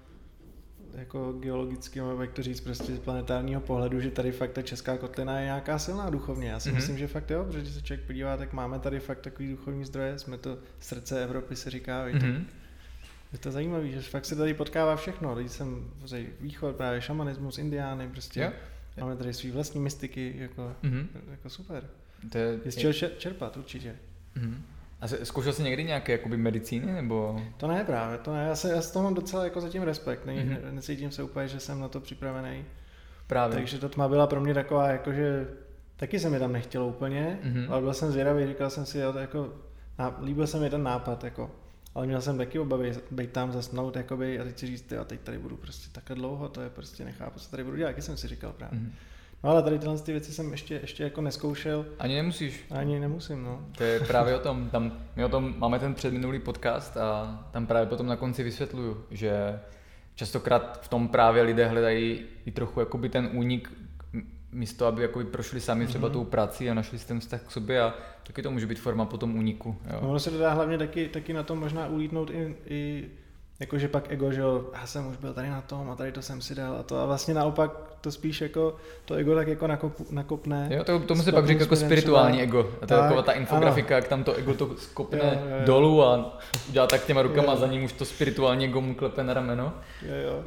jako geologicky, nebo jak to říct, prostě z planetárního pohledu, že tady fakt ta česká kotlina je nějaká silná duchovně. Já si myslím, že fakt jo, protože když se člověk podívá, tak máme tady fakt takový duchovní zdroje, jsme to srdce Evropy, se říká, je to zajímavé, že fakt se tady potkává všechno. Tady jsem východ, právě šamanismus, indiány, prostě máme tady svý vlastní mystiky, jako super. Je z čeho čerpat, určitě. A zkoušel jsi někdy nějaké jakoby medicíny, nebo? To ne právě, to ne. Já z toho mám docela jako zatím respekt, necítím se úplně, že jsem na to připravený. Právě. Takže to tma byla pro mě taková, jakože taky se mi tam nechtělo úplně, ale byl jsem zvědavý, říkal jsem si, jo, to jako, líbil se mi ten nápad, jako. Ale měl jsem taky obavy být tam zasnout jakoby, a teď si říct, a teď tady budu prostě takhle dlouho, to je prostě nechápu, co tady budu dělat, jaký jsem si říkal právě. No ale tady tyhle věci jsem ještě jako neskoušel. Ani nemusíš. Ani nemusím, no. To je právě o tom, my o tom máme ten předminulý podcast a tam právě potom na konci vysvětluju, že častokrát v tom právě lidé hledají i trochu jakoby ten únik, místo aby jakoby prošli sami třeba tou prací a našli si ten vztah k sobě a taky to může být forma potom úniku. Jo. No, ono se to dá hlavně taky na tom možná ulítnout i jakože pak ego, že jo, já jsem už byl tady na tom a tady to jsem si dal a to a vlastně naopak to spíš jako to ego tak jako nakopne. Jo, tomu se pak říká jako spirituální ego. A to je taková ta infografika, jak tam to ego to skopne dolů a udělá tak těma rukama a za ním už to spirituální ego mu klepe na rameno. Jo.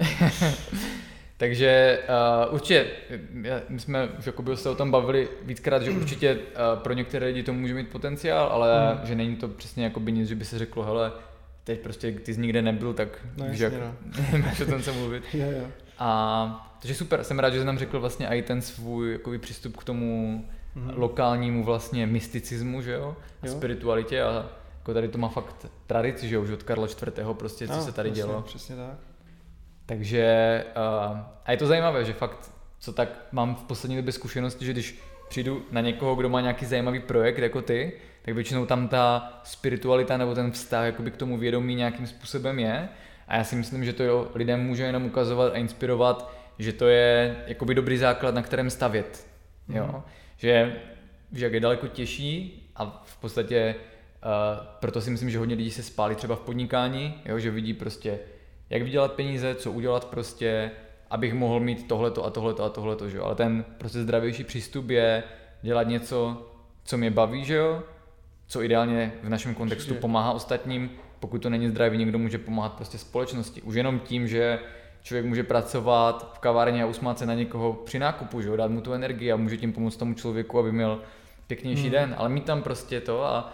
Takže určitě, my jsme už jakoby se o tom bavili víckrát, že určitě pro některé lidi to může mít potenciál, ale že není to přesně jakoby nic, že by se řeklo, hele, teď prostě ty jsi nikde nebyl, tak víš, jak máš o tom se mluvit. Jo. A takže super, jsem rád, že jsi nám řekl vlastně i ten svůj jakoby přístup k tomu lokálnímu vlastně mysticismu, že jo, a spiritualitě a jako tady to má fakt tradici, že jo, už od Karla IV. Prostě, co se tady dělo. Přesně tak. Takže a je to zajímavé, že fakt, co tak mám v poslední době zkušenosti, že když přijdu na někoho, kdo má nějaký zajímavý projekt jako ty, tak většinou tam ta spiritualita nebo ten vztah jakoby k tomu vědomí nějakým způsobem je. A já si myslím, že to lidem může jenom ukazovat a inspirovat, že to je jakoby dobrý základ, na kterém stavět. Jo? Že jak je daleko těžší a v podstatě proto si myslím, že hodně lidí se spálí třeba v podnikání, jo? Že vidí prostě, jak vydělat peníze, co udělat prostě, abych mohl mít tohleto a tohleto a tohleto, že jo. Ale ten prostě zdravější přístup je dělat něco, co mě baví, že jo, co ideálně v našem kontextu pomáhá ostatním. Pokud to není zdravý, někdo může pomáhat prostě společnosti. Už jenom tím, že člověk může pracovat v kavárně a usmát se na někoho při nákupu, že jo, dát mu tu energii a může tím pomoct tomu člověku, aby měl pěknější den, ale mít tam prostě to a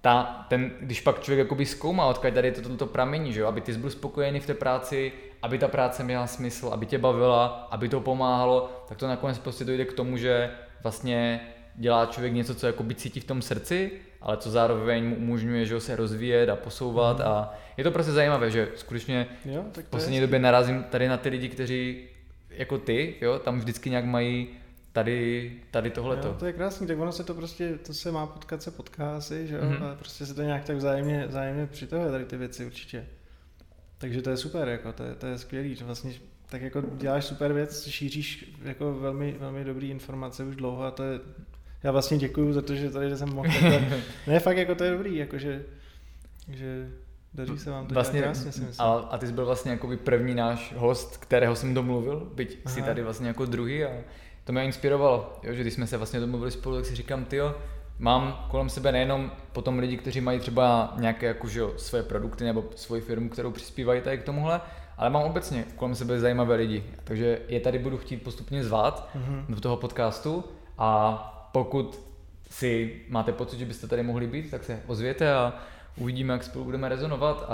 když pak člověk jakoby zkoumá, odkud tady toto pramení, že jo, aby ty jsi byl spokojený v té práci, aby ta práce měla smysl, aby tě bavila, aby to pomáhalo, tak to nakonec prostě dojde k tomu, že vlastně dělá člověk něco, co jakoby cítí v tom srdci, ale co zároveň mu umožňuje, že ho se rozvíjet a posouvat a je to prostě zajímavé, že skutečně v poslední době narazím tady na ty lidi, kteří jako ty, jo, tam vždycky nějak mají tady tohleto. Jo, to je krásný, tak ono se to prostě, to se má potkat, se potká asi, že jo, a prostě se to nějak tak vzájemně přitahuje tady ty věci určitě. Takže to je super, jako, to je skvělý, že vlastně tak jako děláš super věc, šíříš jako velmi, velmi dobrý informace už dlouho a to je, já vlastně děkuju za to, že tady jsem mohl takhle, ne fakt jako to je dobrý, jakože, že daří se vám to vlastně, krásně si myslím. A ty jsi byl vlastně jakoby první náš host, kterého jsem domluvil, byť jsi tady vlastně jako druhý a to mě inspirovalo, jo, že když jsme se vlastně domluvili spolu, tak si říkám, tyjo, mám kolem sebe nejenom potom lidi, kteří mají třeba nějaké jako, že jo, své produkty nebo svoji firmu, kterou přispívají tady k tomuhle, ale mám obecně kolem sebe zajímavé lidi, takže je tady budu chtít postupně zvát do toho podcastu a pokud si máte pocit, že byste tady mohli být, tak se ozvěte a uvidíme, jak spolu budeme rezonovat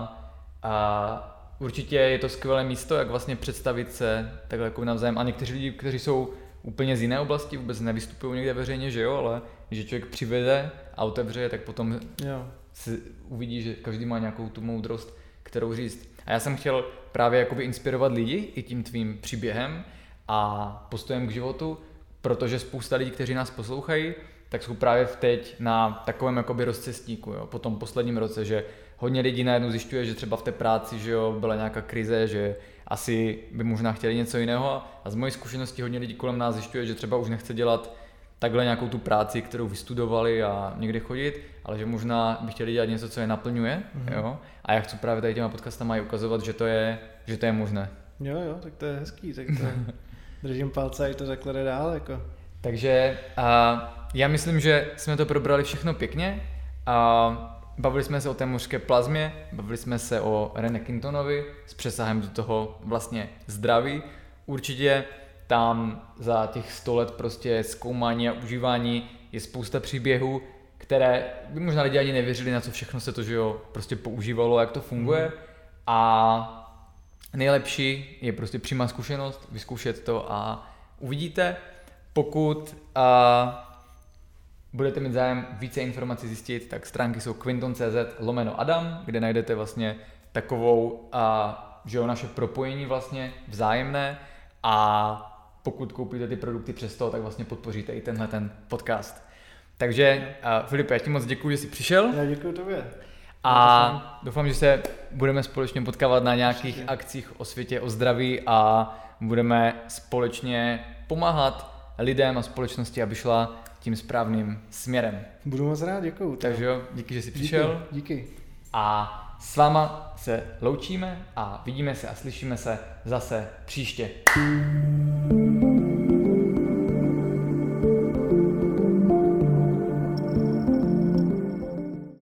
a určitě je to skvělé místo, jak vlastně představit se takhle jako navzájem a někteří lidi, kteří jsou úplně z jiné oblasti, vůbec nevystupují někde veřejně, že jo, ale že člověk přivede a otevře, tak potom si uvidí, že každý má nějakou tu moudrost, kterou říct. A já jsem chtěl právě jakoby inspirovat lidi i tím tvým příběhem a postojem k životu, protože spousta lidí, kteří nás poslouchají, tak jsou právě teď na takovém jakoby rozcestníku, jo, po tom posledním roce, že hodně lidí najednou zjišťuje, že třeba v té práci, že jo, byla nějaká krize, že asi by možná chtěli něco jiného a z mojí zkušenosti hodně lidí kolem nás zjišťuje, že třeba už nechce dělat takhle nějakou tu práci, kterou vystudovali a někde chodit, ale že možná by chtěli dělat něco, co je naplňuje, jo, a já chci právě tady těma podcastama i ukazovat, že to je možné. Jo, tak to je hezký, tak to držím palce, ať to takhle jde dál, jako. Takže já myslím, že jsme to probrali všechno pěkně. Bavili jsme se o té mořské plazmě, bavili jsme se o René Kintonovi s přesahem do toho vlastně zdraví. Určitě tam za těch 100 let prostě zkoumání a užívání je spousta příběhů, které by možná lidi ani nevěřili, na co všechno se to, že jo, prostě používalo, jak to funguje. A nejlepší je prostě přímá zkušenost, vyzkoušet to a uvidíte. Pokud budete mít zájem více informací zjistit, tak stránky jsou quinton.cz/Adam, kde najdete vlastně takovou, že jo, naše propojení vlastně vzájemné a pokud koupíte ty produkty přes to, tak vlastně podpoříte i tenhle ten podcast. Takže Filipe, já ti moc děkuji, že jsi přišel. Já děkuji tobě. A doufám, že se budeme společně potkávat na nějakých akcích o světě, o zdraví a budeme společně pomáhat lidem a společnosti, aby šla tím správným směrem. Budu moc rád, děkuju. Takže jo, díky, že jsi přišel. Díky. A s váma se loučíme a vidíme se a slyšíme se zase příště.